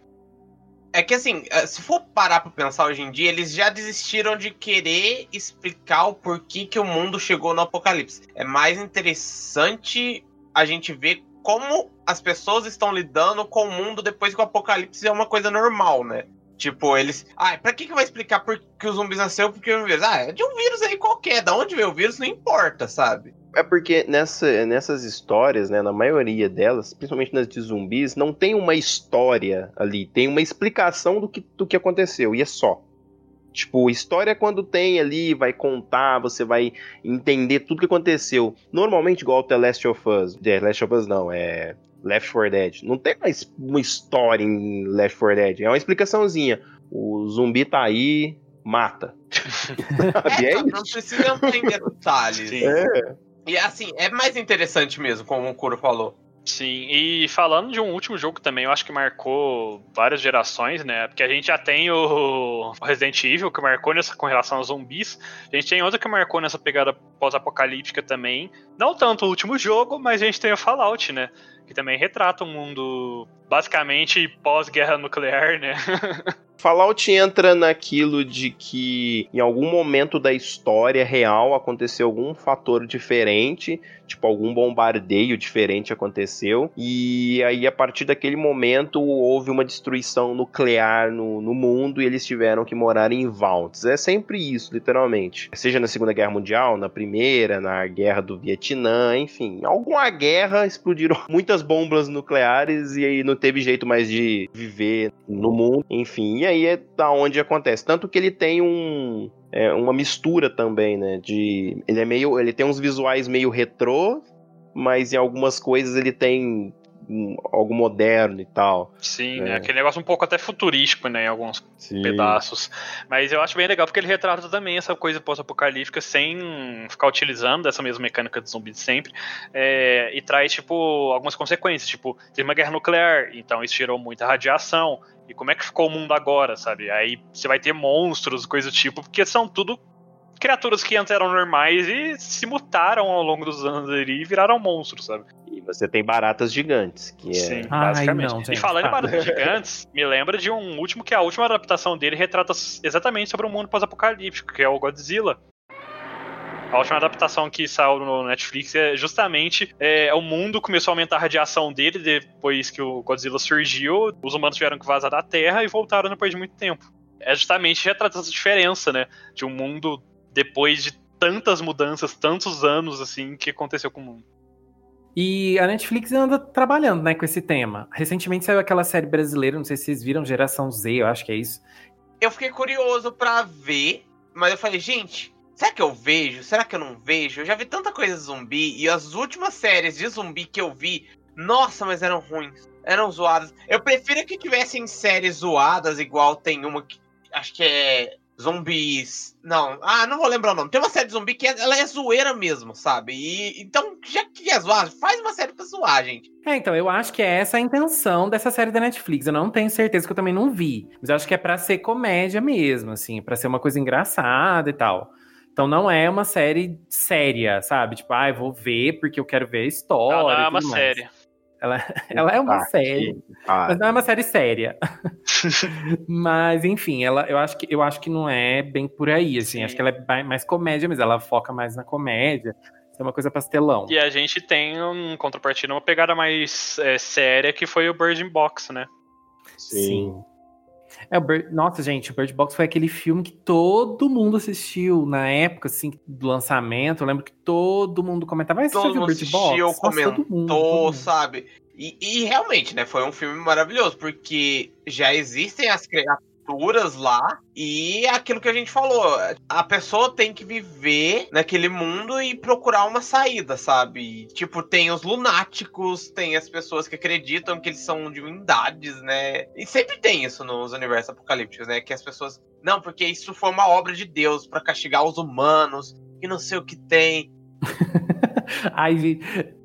É que, assim, se for parar pra pensar hoje em dia, eles já desistiram de querer explicar o porquê que o mundo chegou no apocalipse. É mais interessante a gente ver como as pessoas estão lidando com o mundo depois que o apocalipse é uma coisa normal, né? Tipo, eles... pra que vai explicar por que os zumbis nasceu? Porque o vírus... é de um vírus aí qualquer. Da onde veio o vírus não importa, sabe? É porque nessas histórias, né, na maioria delas, principalmente nas de zumbis, não tem uma história ali, tem uma explicação do que aconteceu, e é só. Tipo, história quando tem ali, vai contar, você vai entender tudo que aconteceu. Normalmente igual The Last of Us. The Last of Us não, Left 4 Dead. Não tem mais uma história em Left 4 Dead. É uma explicaçãozinha. O zumbi tá aí, mata. Sabe? É não isso. precisa entrar em detalhes. Sim. E assim, é mais interessante mesmo, como o Kuro falou. Sim, e falando de um último jogo também, eu acho que marcou várias gerações, né? Porque a gente já tem o Resident Evil, que marcou com relação aos zumbis. A gente tem outro que marcou nessa pegada pós-apocalíptica também. Não tanto o último jogo, mas a gente tem o Fallout, né? Que também retrata um mundo basicamente pós-guerra nuclear, né? Fallout entra naquilo de que em algum momento da história real aconteceu algum fator diferente, tipo algum bombardeio diferente aconteceu, e aí a partir daquele momento houve uma destruição nuclear no mundo e eles tiveram que morar em vaults. É sempre isso, literalmente. Seja na Segunda Guerra Mundial, na Primeira, na Guerra do Vietnã, enfim. Em alguma guerra explodiram muitas bombas nucleares e aí não teve jeito mais de viver no mundo, enfim. E aí é da onde acontece. Tanto que ele tem uma mistura também, né? Ele tem uns visuais meio retrô, mas em algumas coisas ele tem algo moderno e tal. Sim, né? Aquele negócio um pouco até futurístico, né? Em alguns pedaços. Mas eu acho bem legal porque ele retrata também essa coisa pós-apocalíptica sem ficar utilizando essa mesma mecânica de zumbi de sempre. E traz, tipo, algumas consequências. Tipo, teve uma guerra nuclear, então isso gerou muita radiação. E como é que ficou o mundo agora, sabe? Aí você vai ter monstros, coisa do tipo, porque são tudo criaturas que antes eram normais e se mutaram ao longo dos anos ali e viraram monstros, sabe? E você tem baratas gigantes, que é... Sim, basicamente. Ai, não, gente, e falando em baratas gigantes, me lembra de um último que a última adaptação dele retrata exatamente sobre um mundo pós-apocalíptico, que é o Godzilla. A última adaptação que saiu no Netflix é justamente o mundo começou a aumentar a radiação dele depois que o Godzilla surgiu, os humanos tiveram que vazar da Terra e voltaram depois de muito tempo. É justamente retratar essa diferença, né, de um mundo depois de tantas mudanças, tantos anos, assim, que aconteceu com o mundo. E a Netflix anda trabalhando, né, com esse tema. Recentemente saiu aquela série brasileira, não sei se vocês viram, Geração Z, eu acho que é isso. Eu fiquei curioso pra ver, mas eu falei, gente, será que eu vejo? Será que eu não vejo? Eu já vi tanta coisa zumbi, e as últimas séries de zumbi que eu vi, nossa, mas eram ruins, eram zoadas. Eu prefiro que tivessem séries zoadas, igual tem uma que, acho que é... Zumbis... Não vou lembrar o nome. Tem uma série de zumbi que ela é zoeira mesmo, sabe? Então, já que é zoar, faz uma série pra zoar, gente. Então, eu acho que é essa a intenção dessa série da Netflix. Eu não tenho certeza, que eu também não vi. Mas eu acho que é pra ser comédia mesmo, assim. Pra ser uma coisa engraçada e tal. Então não é uma série séria, sabe? Tipo, eu vou ver porque eu quero ver a história. Não é e uma tudo mais. série. Ela é uma série, mas não é uma série séria. Mas, enfim, eu acho que não é bem por aí, assim. Sim. Acho que ela é mais comédia, mas ela foca mais na comédia. É uma coisa pastelão. E a gente tem, em contrapartida, uma pegada mais séria, que foi o Bird Box, né? Sim. Nossa, gente, o Bird Box foi aquele filme que todo mundo assistiu na época, assim, do lançamento. Eu lembro que todo mundo comentava, Todo mundo assistiu, comentou, sabe? E realmente, né, foi um filme maravilhoso, porque já existem as criaturas lá, e é aquilo que a gente falou, a pessoa tem que viver naquele mundo e procurar uma saída, sabe? Tipo, tem os lunáticos, tem as pessoas que acreditam que eles são divindades, né? E sempre tem isso nos universos apocalípticos, né? Que as pessoas... Não, porque isso foi uma obra de Deus pra castigar os humanos, e não sei o que tem. Ai,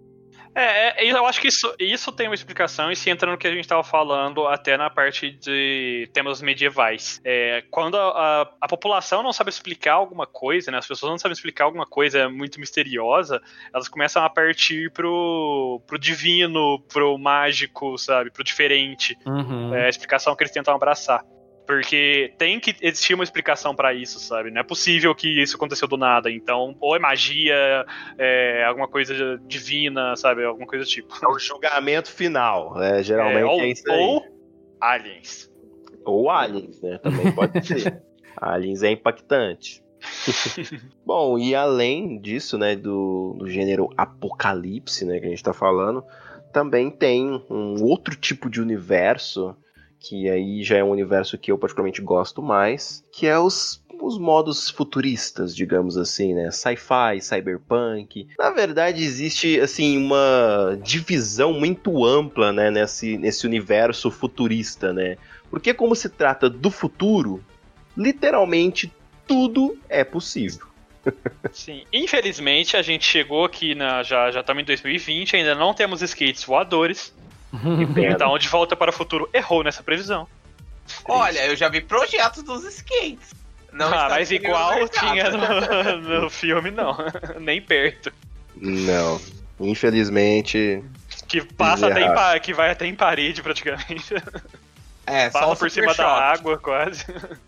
eu acho que isso tem uma explicação, e se entra no que a gente estava falando até na parte de temas medievais. Quando a população não sabe explicar alguma coisa, né, as pessoas não sabem explicar alguma coisa muito misteriosa, elas começam a partir pro divino, pro mágico, sabe, pro diferente. Uhum. É a explicação que eles tentam abraçar. Porque tem que existir uma explicação pra isso, sabe? Não é possível que isso aconteceu do nada. Então, ou é magia, alguma coisa divina, sabe? Alguma coisa do tipo. É o julgamento final. Geralmente é isso aí. Ou aliens. Ou aliens, né? Também pode ser. Aliens é impactante. Bom, e além disso, né, do gênero apocalipse, né, que a gente tá falando, também tem um outro tipo de universo, que aí já é um universo que eu particularmente gosto mais, que é os os modos futuristas, digamos assim, né? Sci-fi, cyberpunk. Na verdade, existe, assim, uma divisão muito ampla, né? Nesse universo futurista, né? Porque como se trata do futuro, literalmente tudo é possível. Sim, infelizmente a gente chegou aqui já estamos em 2020, ainda não temos skates voadores. Então, De Volta para o Futuro errou nessa previsão. Olha, eu já vi projetos dos skates. Não mas igual tinha no filme, não. Nem perto. Não, infelizmente. Que passa até que vai até em parede praticamente. Só passa por cima da água quase.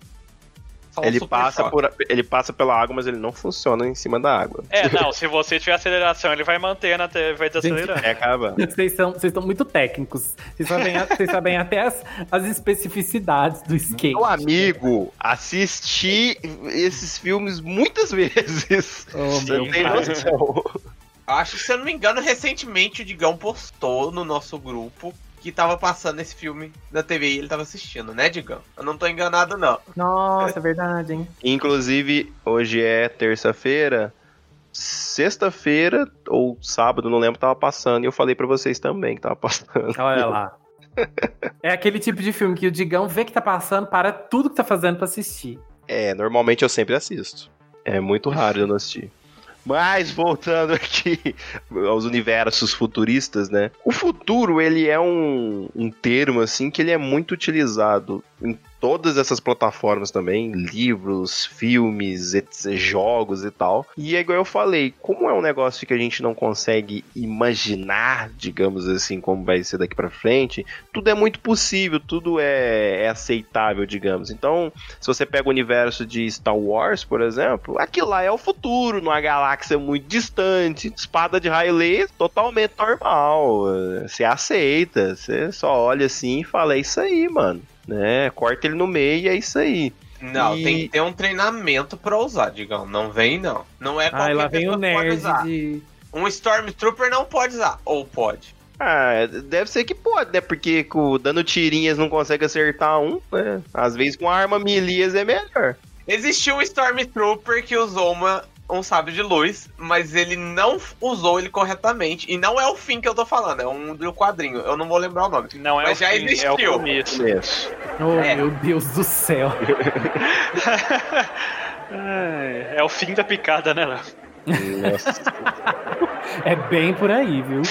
Ele passa pela água, mas ele não funciona em cima da água. Não, se você tiver aceleração, ele vai mantendo até, vai desacelerando. Acaba. Vocês estão muito técnicos. Vocês sabem até as especificidades do skate. Meu amigo, assisti esses filmes muitas vezes. Você não tem noção. Acho que, se eu não me engano, recentemente o Digão postou no nosso grupo que tava passando esse filme na TV e ele tava assistindo, né, Digão? Eu não tô enganado, não. Nossa, é verdade, hein? Inclusive, hoje é terça-feira, sexta-feira ou sábado, não lembro, tava passando, e eu falei pra vocês também que tava passando. Olha lá. É aquele tipo de filme que o Digão vê que tá passando, para tudo que tá fazendo pra assistir. Normalmente eu sempre assisto. É muito raro eu não assistir. Mas, voltando aqui aos universos futuristas, né? O futuro, ele é um termo, assim, que ele é muito utilizado em todas essas plataformas também, livros, filmes, jogos e tal. E é igual eu falei, como é um negócio que a gente não consegue imaginar, digamos assim, como vai ser daqui pra frente, tudo é muito possível, tudo é aceitável, digamos. Então, se você pega o universo de Star Wars, por exemplo, aquilo lá é o futuro, numa galáxia muito distante, espada de raio laser, totalmente normal. Você aceita, você só olha assim e fala, é isso aí, mano. Né? Corta ele no meio e é isso aí. Não, tem que ter um treinamento pra usar, Digão. Não vem, não. Não é qualquer lá vem o nerd de... Um Stormtrooper não pode usar. Ou pode? Deve ser que pode, né? Porque dando tirinhas não consegue acertar um, né? Às vezes com arma milias é melhor. Existiu um Stormtrooper que usou um sabre de luz, mas ele não usou ele corretamente. E não é o fim que eu tô falando, é um do quadrinho. Eu não vou lembrar o nome. Não é mas o já fim, existiu. É o começo. Meu Deus do céu. É o fim da picada, né, Léo? Nossa. É bem por aí, viu?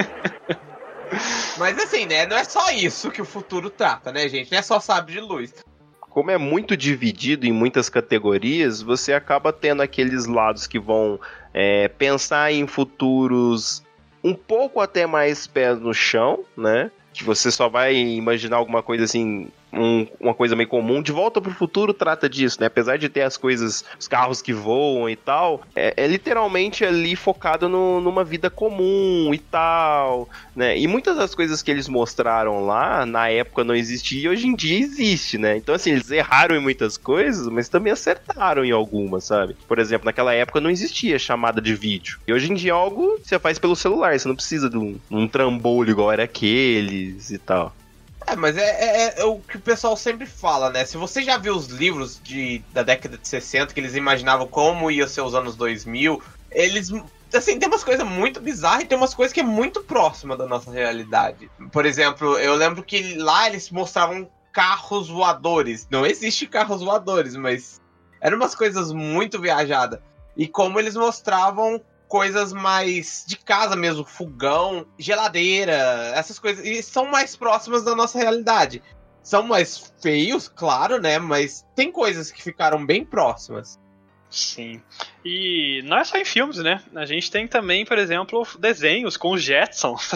Mas assim, né? Não é só isso que o futuro trata, né, gente? Não é só sabre de luz. Como é muito dividido em muitas categorias, você acaba tendo aqueles lados que vão pensar em futuros um pouco até mais pés no chão, né? Que você só vai imaginar alguma coisa assim, uma coisa meio comum. De Volta pro Futuro trata disso, né? Apesar de ter as coisas, os carros que voam e tal, é literalmente ali focado numa vida comum e tal, né? E muitas das coisas que eles mostraram lá, na época não existia e hoje em dia existe, né? Então, assim, eles erraram em muitas coisas, mas também acertaram em algumas, sabe? Por exemplo, naquela época não existia chamada de vídeo. E hoje em dia é algo que você faz pelo celular, você não precisa de um trambolho igual era aqueles e tal. Mas é o que o pessoal sempre fala, né? Se você já viu os livros da década de 60, que eles imaginavam como ia ser os anos 2000, eles... Assim, tem umas coisas muito bizarras e tem umas coisas que é muito próxima da nossa realidade. Por exemplo, eu lembro que lá eles mostravam carros voadores. Não existe carros voadores, mas eram umas coisas muito viajadas. E como eles mostravam coisas mais de casa mesmo, fogão, geladeira, essas coisas, e são mais próximas da nossa realidade. São mais feios, claro, né, mas tem coisas que ficaram bem próximas. Sim, e não é só em filmes, né, a gente tem também, por exemplo, desenhos com os Jetsons,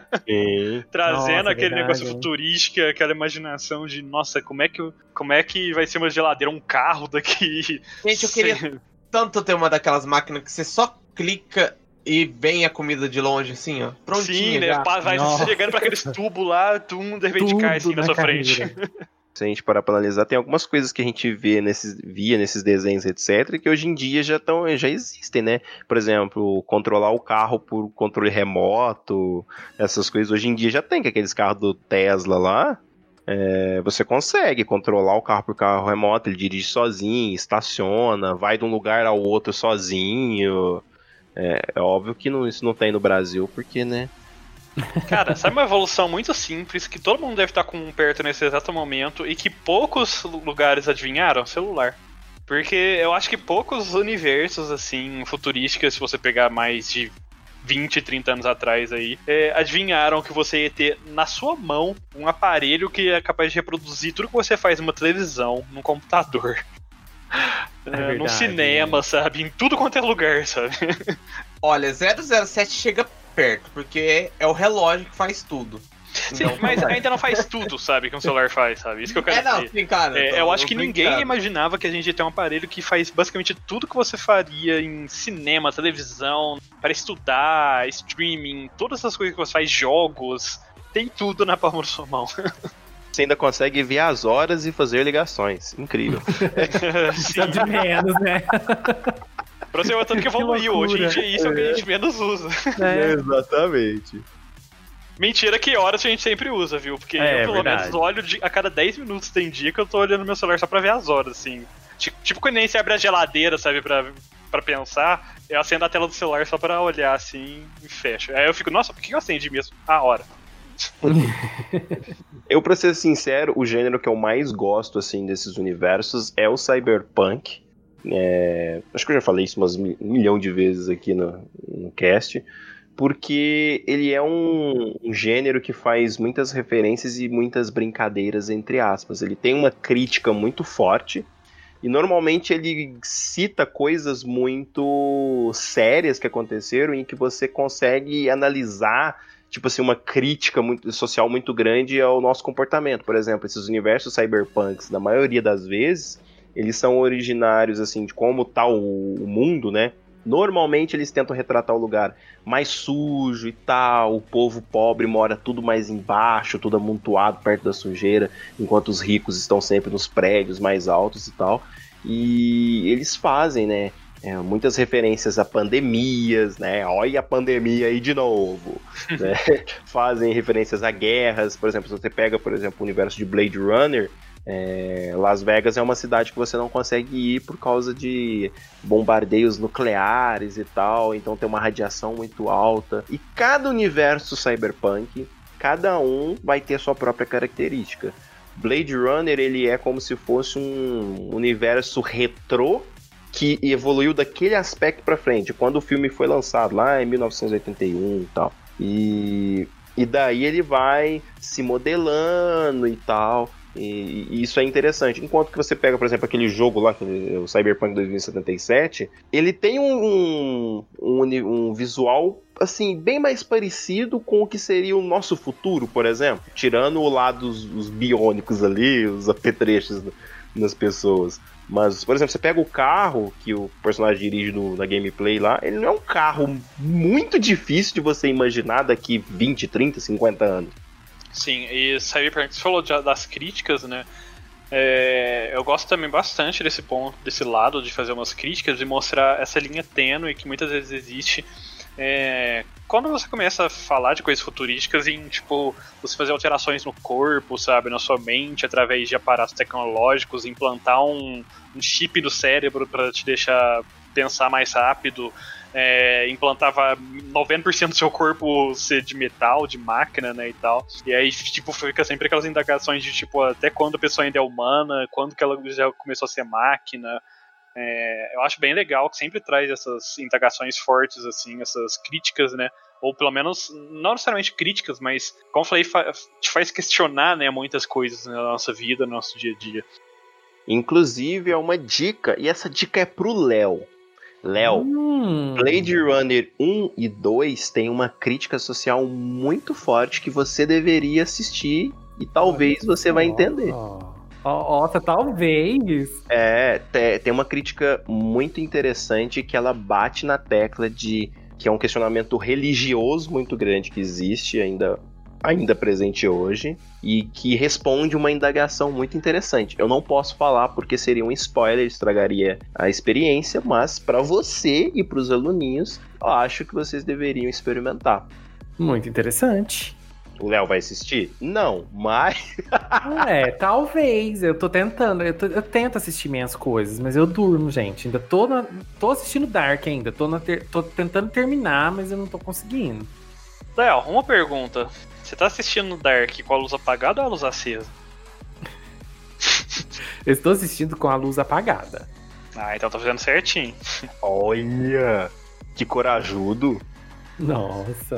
trazendo Nossa, aquele verdade, negócio futurístico, aquela imaginação de, nossa, como é que vai ser uma geladeira, um carro daqui. Gente, eu queria tanto ter uma daquelas máquinas que você só clica e vem a comida de longe, assim, ó. Prontinho. Sim, né? Vai chegando pra aqueles tubos lá, de repente cai assim na sua frente. Se a gente parar pra analisar, tem algumas coisas que a gente via nesses desenhos, etc., que hoje em dia já existem, né? Por exemplo, controlar o carro por controle remoto, essas coisas hoje em dia já tem, que aqueles carros do Tesla lá, Você consegue controlar o carro por carro remoto, ele dirige sozinho, estaciona, vai de um lugar ao outro sozinho. É óbvio que isso não tem no Brasil, porque, né? Cara, sabe uma evolução muito simples que todo mundo deve estar com perto nesse exato momento e que poucos lugares adivinharam? Celular. Porque eu acho que poucos universos, assim, futurísticos, se você pegar mais de 20, 30 anos atrás aí, adivinharam que você ia ter na sua mão um aparelho que é capaz de reproduzir tudo que você faz numa televisão, num computador, verdade, num cinema, sabe? Em tudo quanto é lugar, sabe? Olha, 007 chega perto, porque é o relógio que faz tudo. Sim, então, mas ainda não faz tudo, sabe, que um celular faz, sabe? Isso que eu quero dizer. Sim, cara, eu acho que ninguém imaginava que a gente ia ter um aparelho que faz basicamente tudo que você faria em cinema, televisão, para estudar, streaming, todas essas coisas que você faz, jogos, tem tudo na palma da sua mão. Você ainda consegue ver as horas e fazer ligações. Incrível. Só de menos, né? Pra você ver o tanto que evoluiu. Hoje em dia isso é o que a gente menos usa. Exatamente. Mentira que horas a gente sempre usa, viu? Porque eu, pelo menos, olho a cada 10 minutos tem dia que eu tô olhando meu celular só pra ver as horas, assim. Tipo quando nem você abre a geladeira, sabe, pra pensar, eu acendo a tela do celular só pra olhar, assim, e fecho. Aí eu fico, nossa, por que eu acendi mesmo? A hora. Eu, pra ser sincero, o gênero que eu mais gosto, assim, desses universos é o cyberpunk. Acho que eu já falei isso umas 1 milhão de vezes aqui no cast. Porque ele é um gênero que faz muitas referências e muitas brincadeiras, entre aspas. Ele tem uma crítica muito forte e normalmente ele cita coisas muito sérias que aconteceram em que você consegue analisar, tipo assim, uma crítica social muito grande ao nosso comportamento. Por exemplo, esses universos cyberpunks, na maioria das vezes, eles são originários, assim, de como tá o mundo, né? Normalmente eles tentam retratar o lugar mais sujo e tal, o povo pobre mora tudo mais embaixo, tudo amontoado perto da sujeira, enquanto os ricos estão sempre nos prédios mais altos e tal. E eles fazem, né, muitas referências a pandemias, né, olha a pandemia aí de novo, né? Fazem referências a guerras, por exemplo, se você pega, por exemplo, o universo de Blade Runner, Las Vegas é uma cidade que você não consegue ir por causa de bombardeios nucleares e tal, então tem uma radiação muito alta. E cada universo cyberpunk, cada um vai ter sua própria característica. Blade Runner, ele é como se fosse um universo retrô que evoluiu daquele aspecto pra frente, quando o filme foi lançado lá em 1981 e tal. E daí ele vai se modelando e tal. E isso é interessante. Enquanto que você pega, por exemplo, aquele jogo lá, o Cyberpunk 2077, ele tem um visual, assim, bem mais parecido com o que seria o nosso futuro, por exemplo. Tirando o lado dos biônicos ali, os apetrechos nas pessoas. Mas, por exemplo, você pega o carro que o personagem dirige na gameplay lá, ele não é um carro muito difícil de você imaginar daqui 20, 30, 50 anos. Sim, e Cyberpunk, você falou das críticas, né? Eu gosto também bastante desse ponto, desse lado de fazer umas críticas e mostrar essa linha tênue que muitas vezes existe. Quando você começa a falar de coisas futurísticas em, tipo, você fazer alterações no corpo, sabe, na sua mente, através de aparatos tecnológicos, implantar um chip no cérebro para te deixar pensar mais rápido, implantava 90% do seu corpo ser de metal, de máquina, né, e tal. E aí, tipo, fica sempre aquelas indagações de, tipo, até quando a pessoa ainda é humana, quando que ela já começou a ser máquina. Eu acho bem legal que sempre traz essas indagações fortes, assim, essas críticas, né, ou pelo menos, não necessariamente críticas, mas, como eu falei, te faz questionar, né, muitas coisas na nossa vida, no nosso dia a dia. Inclusive, é uma dica, e essa dica é pro Léo. Léo, Blade Runner 1 e 2 tem uma crítica social muito forte que você deveria assistir e talvez você vai entender. Nossa, talvez. Tem uma crítica muito interessante que ela bate na tecla de que é um questionamento religioso muito grande que existe ainda presente hoje e que responde uma indagação muito interessante. Eu não posso falar porque seria um spoiler, estragaria a experiência, mas para você e para os aluninhos, eu acho que vocês deveriam experimentar. Muito interessante. O Léo vai assistir? Não, mas... Talvez. Eu tô tentando. Eu tento assistir minhas coisas, mas eu durmo, gente. Ainda tô assistindo Dark ainda. Tô tentando terminar, mas eu não tô conseguindo. Léo, uma pergunta. Você tá assistindo Dark com a luz apagada ou a luz acesa? Eu estou assistindo com a luz apagada. Ah, então tá fazendo certinho. Olha, que corajudo. Nossa.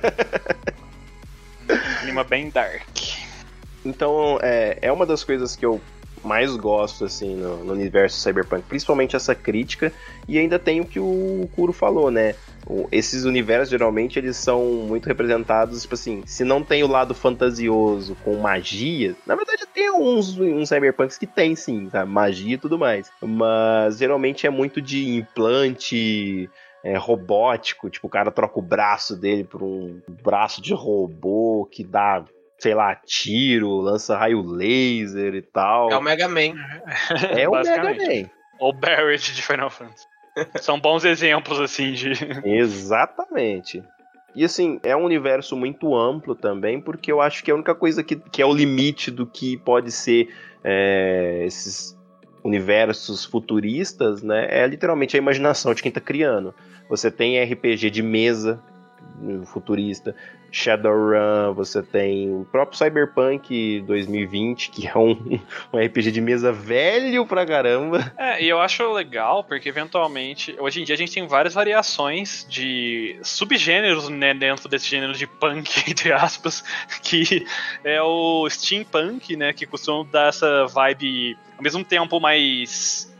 Clima bem dark. Então, é uma das coisas que eu mais gosto, assim, no universo cyberpunk. Principalmente essa crítica. E ainda tem o que o Kuro falou, né? Esses universos, geralmente, eles são muito representados, tipo assim, se não tem o lado fantasioso com magia, na verdade tem uns cyberpunks que tem, sim, sabe? Magia e tudo mais. Mas, geralmente, é muito de implante... robótico, tipo, o cara troca o braço dele por um braço de robô que dá, sei lá, tiro, lança raio laser e tal. É o Mega Man. É o Mega Man. Ou Barrett de Final Fantasy. São bons exemplos, assim, de... Exatamente. E assim, é um universo muito amplo também, porque eu acho que a única coisa que é o limite do que pode ser esses universos futuristas, né, é literalmente a imaginação de quem tá criando. Você tem RPG de mesa futurista, Shadowrun, você tem o próprio Cyberpunk 2020, que é um RPG de mesa velho pra caramba. E eu acho legal, porque eventualmente, hoje em dia a gente tem várias variações de subgêneros, né, dentro desse gênero de punk, entre aspas, que é o steampunk, né, que costuma dar essa vibe, ao mesmo tempo mais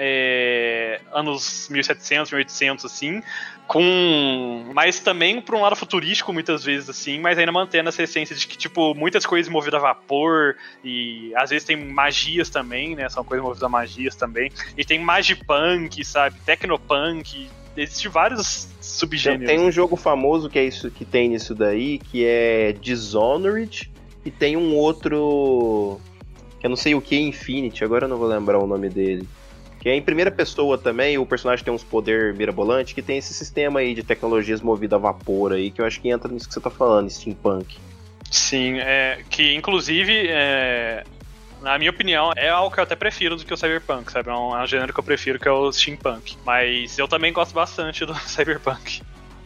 anos 1700, 1800, assim, mas também por um lado futurístico muitas vezes, assim, mas ainda mantendo essa essência de que, tipo, muitas coisas movidas a vapor, e às vezes tem magias também, né, são coisas movidas a magias também, e tem magipunk, sabe, tecnopunk, existem vários subgêneros. Tem um jogo famoso que é isso, que tem nisso daí, que é Dishonored, e tem um outro, que eu não sei o que, Infinity, agora eu não vou lembrar o nome dele. Que é em primeira pessoa também, o personagem tem uns poder mirabolante, que tem esse sistema aí de tecnologias movidas a vapor aí, que eu acho que entra nisso que você tá falando, steampunk. Sim, que inclusive, na minha opinião, é algo que eu até prefiro do que o cyberpunk, sabe? É um gênero que eu prefiro, que é o steampunk. Mas eu também gosto bastante do cyberpunk.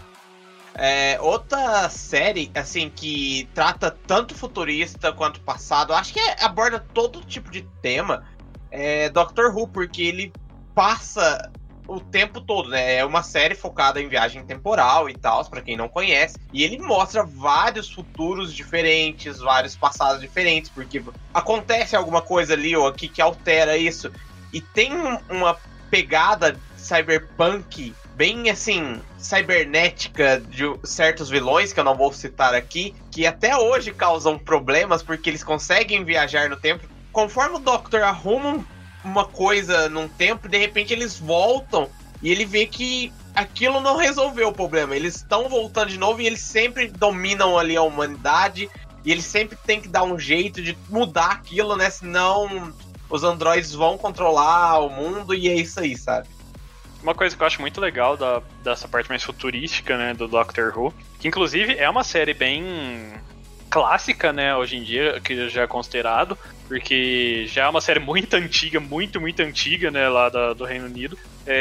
Outra série, assim, que trata tanto futurista quanto passado, acho que aborda todo tipo de tema, é Doctor Who, porque ele passa o tempo todo, né? É uma série focada em viagem temporal e tal, pra quem não conhece. E ele mostra vários futuros diferentes, vários passados diferentes, porque acontece alguma coisa ali ou aqui que altera isso. E tem uma pegada cyberpunk bem, assim, cibernética de certos vilões, que eu não vou citar aqui, que até hoje causam problemas, porque eles conseguem viajar no tempo. Conforme o Doctor arruma uma coisa num tempo, de repente eles voltam e ele vê que aquilo não resolveu o problema. Eles estão voltando de novo e eles sempre dominam ali a humanidade e eles sempre têm que dar um jeito de mudar aquilo, né? Senão os androides vão controlar o mundo e é isso aí, sabe? Uma coisa que eu acho muito legal dessa parte mais futurística, né, do Doctor Who, que inclusive é uma série bem clássica, né, hoje em dia, que já é considerado, porque já é uma série muito antiga, muito antiga, né, lá do Reino Unido,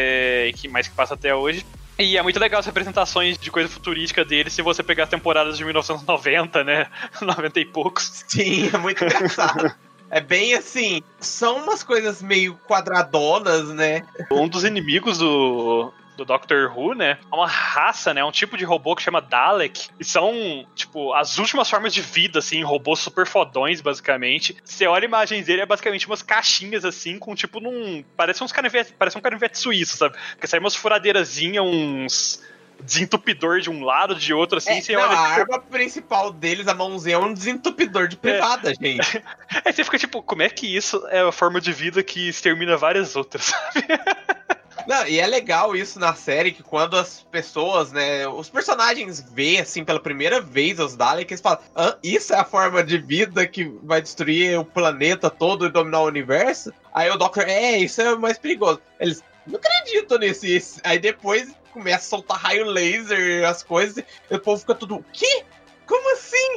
mas que passa até hoje. E é muito legal as representações de coisa futurística dele se você pegar as temporadas de 1990, né, 90 e poucos. Sim, é muito engraçado. É bem assim, são umas coisas meio quadradonas, né? Um dos inimigos do Doctor Who, né, é uma raça, né, um tipo de robô que chama Dalek, e são, tipo, as últimas formas de vida, assim, robôs super fodões, basicamente. Você olha a imagem dele, é basicamente umas caixinhas, assim, com, tipo, parece um canivete suíço, sabe? Porque sai umas furadeirazinhas, uns desentupidor de um lado, de outro, assim, você olha... A arma principal deles, a mãozinha, é um desentupidor de privada, gente. Aí você fica, tipo, como é que isso é a forma de vida que extermina várias outras, sabe? Não, e é legal isso na série, que quando as pessoas, né, os personagens veem, assim, pela primeira vez os Daleks, eles falam, isso é a forma de vida que vai destruir o planeta todo e dominar o universo? Aí o Doctor, isso é o mais perigoso. Eles, não acredito nisso. Aí depois começa a soltar raio laser, as coisas, e o povo fica tudo, o quê? Como assim?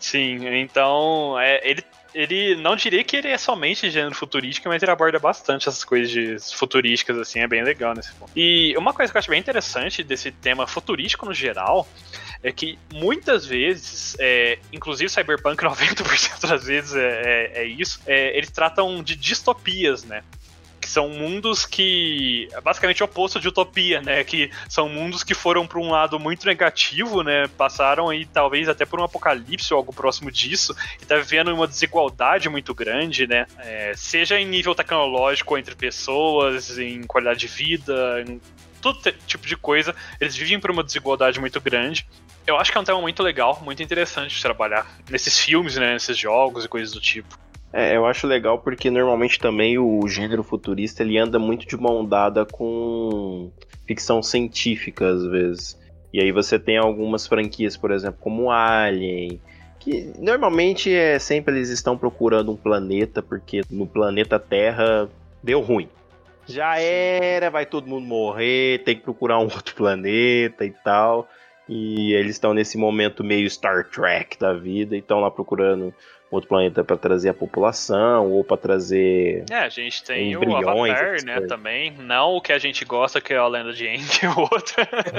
Sim, então ele não diria que ele é somente gênero futurístico, mas ele aborda bastante essas coisas futurísticas, assim, é bem legal nesse ponto. E uma coisa que eu acho bem interessante desse tema futurístico no geral é que muitas vezes, inclusive Cyberpunk 90% das vezes é isso, eles tratam de distopias, né? Que são mundos que é basicamente o oposto de utopia, né? Que são mundos que foram para um lado muito negativo, né? Passaram aí talvez até por um apocalipse ou algo próximo disso, e tá vivendo uma desigualdade muito grande, né? Seja em nível tecnológico entre pessoas, em qualidade de vida, em todo tipo de coisa, eles vivem por uma desigualdade muito grande. Eu acho que é um tema muito legal, muito interessante de trabalhar nesses filmes, né? Nesses jogos e coisas do tipo. Eu acho legal porque normalmente também o gênero futurista ele anda muito de mão dada com ficção científica às vezes. E aí você tem algumas franquias, por exemplo, como Alien, que normalmente sempre eles estão procurando um planeta, porque no planeta Terra deu ruim. Já era, vai todo mundo morrer, tem que procurar um outro planeta e tal. E eles estão nesse momento meio Star Trek da vida e estão lá procurando outro planeta para trazer a população ou para trazer a gente tem o Avatar, né, também. Não o que a gente gosta, que é a Lenda de Aang, o outro.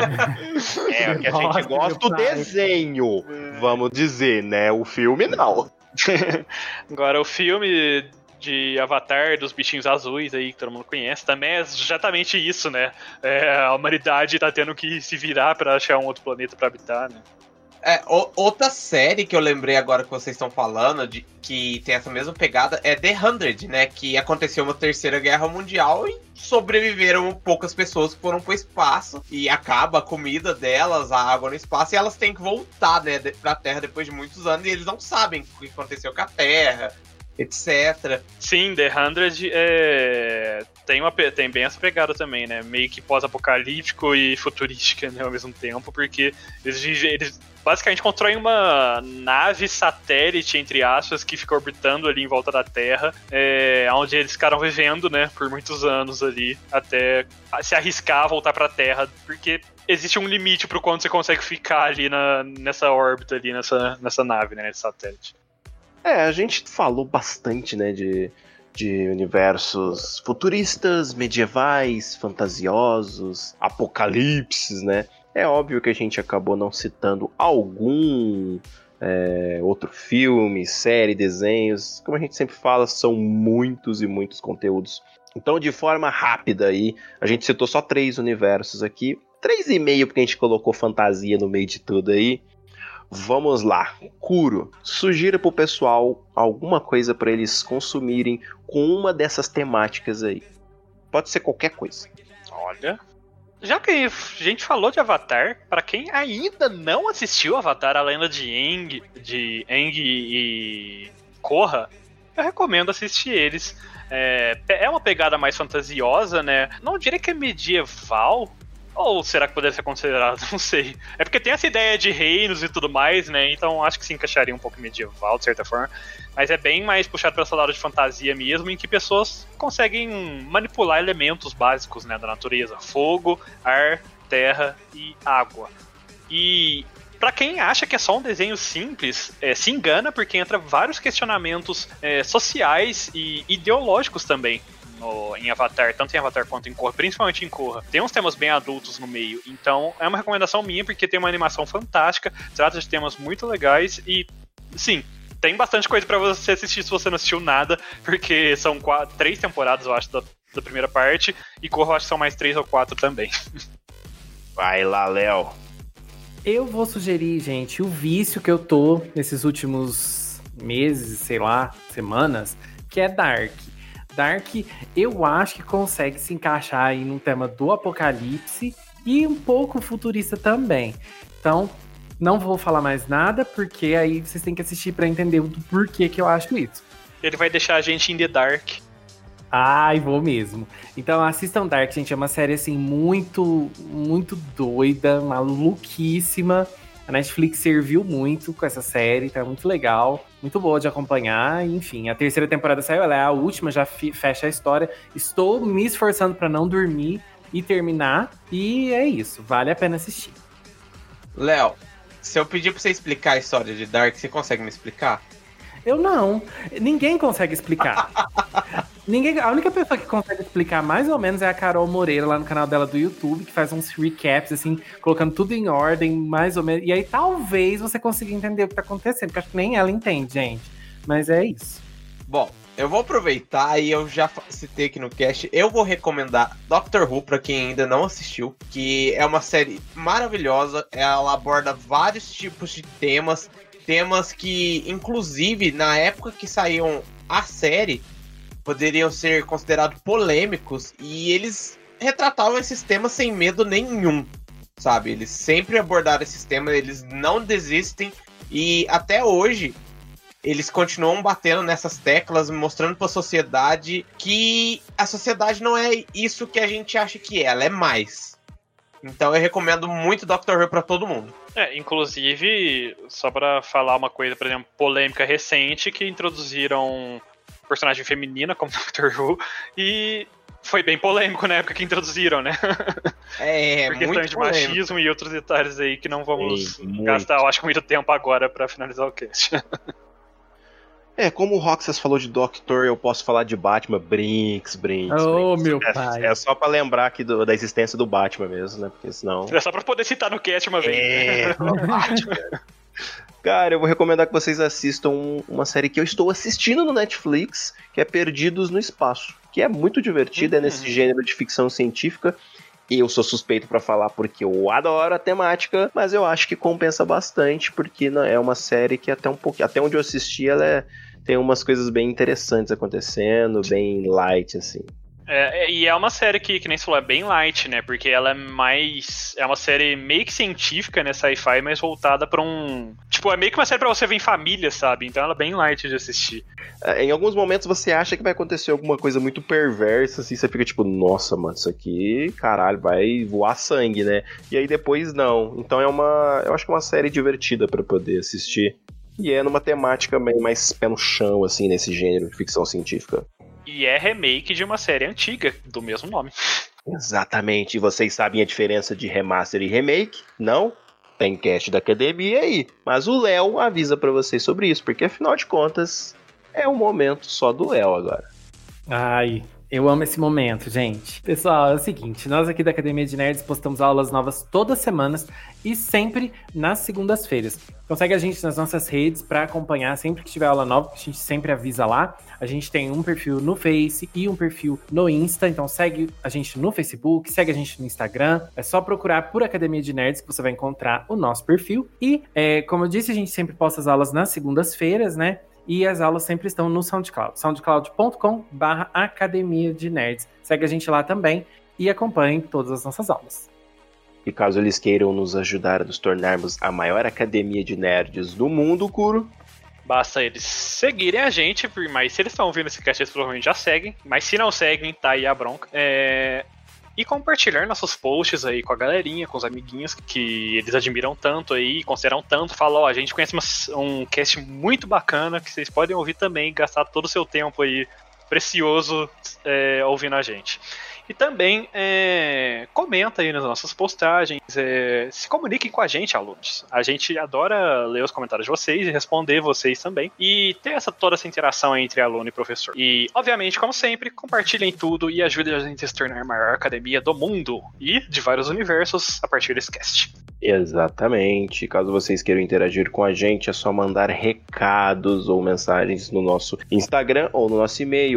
O que a gente gosta, o desenho, vamos dizer, né? O filme, não. Agora, o filme de Avatar, dos bichinhos azuis aí, que todo mundo conhece, também é exatamente isso, né? A humanidade tá tendo que se virar para achar um outro planeta para habitar, né? Outra série que eu lembrei agora que vocês estão falando, que tem essa mesma pegada, é The 100, né? Que aconteceu uma terceira guerra mundial e sobreviveram poucas pessoas que foram pro espaço e acaba a comida delas, a água no espaço, e elas têm que voltar, né, pra Terra depois de muitos anos, e eles não sabem o que aconteceu com a Terra, etc. Sim, The 100 tem bem essa pegada também, né? Meio que pós-apocalíptico e futurística, né, ao mesmo tempo, porque eles basicamente constroem uma nave satélite, entre aspas, que fica orbitando ali em volta da Terra, onde eles ficaram vivendo, né, por muitos anos ali, até se arriscar a voltar pra Terra, porque existe um limite pro quanto você consegue ficar ali nessa órbita ali, nessa nave, né, nesse satélite. A gente falou bastante, né, de universos futuristas, medievais, fantasiosos, apocalipses, né? É óbvio que a gente acabou não citando algum outro filme, série, desenhos. Como a gente sempre fala, são muitos e muitos conteúdos. Então, de forma rápida aí, a gente citou só 3 universos aqui. 3,5 porque a gente colocou fantasia no meio de tudo aí. Vamos lá. Kuro, sugira pro pessoal alguma coisa para eles consumirem com uma dessas temáticas aí. Pode ser qualquer coisa. Olha, já que a gente falou de Avatar, pra quem ainda não assistiu Avatar, a Lenda de Aang e Korra, eu recomendo assistir eles. É uma pegada mais fantasiosa, né? Não diria que é medieval, ou será que poderia ser considerado? Não sei. É porque tem essa ideia de reinos e tudo mais, né? Então acho que se encaixaria um pouco medieval, de certa forma. Mas é bem mais puxado para essa lado de fantasia mesmo, em que pessoas conseguem manipular elementos básicos, né, da natureza. Fogo, ar, terra e água. E pra quem acha que é só um desenho simples, se engana, porque entra vários questionamentos sociais e ideológicos também. Em Avatar, tanto em Avatar quanto em Korra, principalmente em Korra. Tem uns temas bem adultos no meio, então é uma recomendação minha, porque tem uma animação fantástica, trata de temas muito legais e, sim, tem bastante coisa pra você assistir se você não assistiu nada, porque são 3 temporadas, eu acho, da primeira parte, e Korra eu acho que são mais 3 ou 4 também. Vai lá, Léo. Eu vou sugerir, gente, o vício que eu tô nesses últimos meses, sei lá, semanas, que é Dark. Dark, eu acho que consegue se encaixar aí num tema do apocalipse e um pouco futurista também. Então, não vou falar mais nada, porque aí vocês têm que assistir pra entender o porquê que eu acho isso. Ele vai deixar a gente in the dark. Ai, vou mesmo. Então, assistam Dark, gente. É uma série, assim, muito, muito doida, maluquíssima. A Netflix serviu muito com essa série, tá muito legal, muito boa de acompanhar, enfim, a 3ª temporada saiu, ela é a última, já fecha a história, estou me esforçando pra não dormir e terminar, e é isso, vale a pena assistir. Léo, Se eu pedir pra você explicar a história de Dark, você consegue me explicar? Eu não. Ninguém consegue explicar. A única pessoa que consegue explicar mais ou menos é a Carol Moreira, lá no canal dela do YouTube, que faz uns recaps, assim, colocando tudo em ordem, mais ou menos. E aí talvez você consiga entender o que tá acontecendo, porque acho que nem ela entende, gente. Mas é isso. Bom, eu vou aproveitar e eu já citei aqui no cast, eu vou recomendar Doctor Who pra quem ainda não assistiu, que é uma série maravilhosa, ela aborda vários tipos de temas que, inclusive, na época que saíam a série, poderiam ser considerados polêmicos, e eles retratavam esses temas sem medo nenhum, sabe? Eles sempre abordaram esses temas, eles não desistem, e até hoje eles continuam batendo nessas teclas, mostrando para a sociedade que a sociedade não é isso que a gente acha que é, ela é mais. Então eu recomendo muito Doctor Who para todo mundo. Inclusive, só pra falar uma coisa, por exemplo, polêmica recente, que introduziram personagem feminina como Doctor Who, e foi bem polêmico na época que introduziram, né? Por questões de polêmico. Machismo e outros detalhes aí que não vamos gastar, eu acho, muito tempo agora pra finalizar o cast. Como o Roxas falou de Doctor, eu posso falar de Batman, Brinks. Oh, meu pai. É só pra lembrar aqui da existência do Batman mesmo, né? Porque senão... É só pra poder citar no cast uma vez. Batman. Cara, eu vou recomendar que vocês assistam uma série que eu estou assistindo no Netflix, que é Perdidos no Espaço, que é muito divertida, é nesse gênero de ficção científica. Eu sou suspeito pra falar porque eu adoro a temática, mas eu acho que compensa bastante, porque é uma série que até onde eu assisti, ela tem umas coisas bem interessantes acontecendo, bem light, assim. E é uma série que nem você falou, é bem light, né? Porque ela é uma série meio que científica, né? Sci-fi, mas voltada pra um... Tipo, é meio que uma série pra você ver em família, sabe? Então ela é bem light de assistir. Em alguns momentos você acha que vai acontecer alguma coisa muito perversa, assim, você fica tipo, nossa, mano, isso aqui, caralho, vai voar sangue, né? E aí depois não. Então eu acho que é uma série divertida pra poder assistir. E é numa temática bem mais pé no chão, assim, nesse gênero de ficção científica. E é remake de uma série antiga, do mesmo nome. Exatamente. E vocês sabem a diferença de remaster e remake? Não? Tem cast da academia aí. Mas o Léo avisa pra vocês sobre isso, porque afinal de contas, é um momento só do Léo agora. Ai, eu amo esse momento, gente. Pessoal, é o seguinte, nós aqui da Academia de Nerds postamos aulas novas todas as semanas e sempre nas segundas-feiras. Então segue a gente nas nossas redes para acompanhar sempre que tiver aula nova, que a gente sempre avisa lá. A gente tem um perfil no Face e um perfil no Insta, então segue a gente no Facebook, segue a gente no Instagram. É só procurar por Academia de Nerds que você vai encontrar o nosso perfil. E, como eu disse, a gente sempre posta as aulas nas segundas-feiras, né? E as aulas sempre estão no SoundCloud, soundcloud.com/Academia de Nerds. Segue a gente lá também e acompanhe todas as nossas aulas. E caso eles queiram nos ajudar a nos tornarmos a maior academia de nerds do mundo, Kuro, basta eles seguirem a gente, mas se eles estão ouvindo esse cast, eles provavelmente já seguem. Mas se não seguem, tá aí a bronca. E compartilhar nossos posts aí com a galerinha, com os amiguinhos que eles admiram tanto aí, consideram tanto. Falam, a gente conhece um cast muito bacana que vocês podem ouvir também e gastar todo o seu tempo aí precioso ouvindo a gente. E também comenta aí nas nossas postagens, se comuniquem com a gente, alunos. A gente adora ler os comentários de vocês e responder vocês também. E ter toda essa interação entre aluno e professor. E, obviamente, como sempre, compartilhem tudo e ajudem a gente a se tornar a maior academia do mundo e de vários universos a partir desse cast. Exatamente. Caso vocês queiram interagir com a gente, é só mandar recados ou mensagens no nosso Instagram ou no nosso e-mail,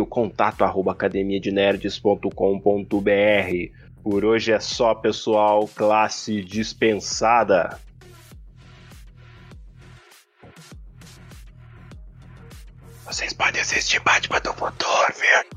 contato@academiadenerds.com.br. Por hoje é só, pessoal. Classe dispensada. Vocês podem assistir Batman do Futuro, viu?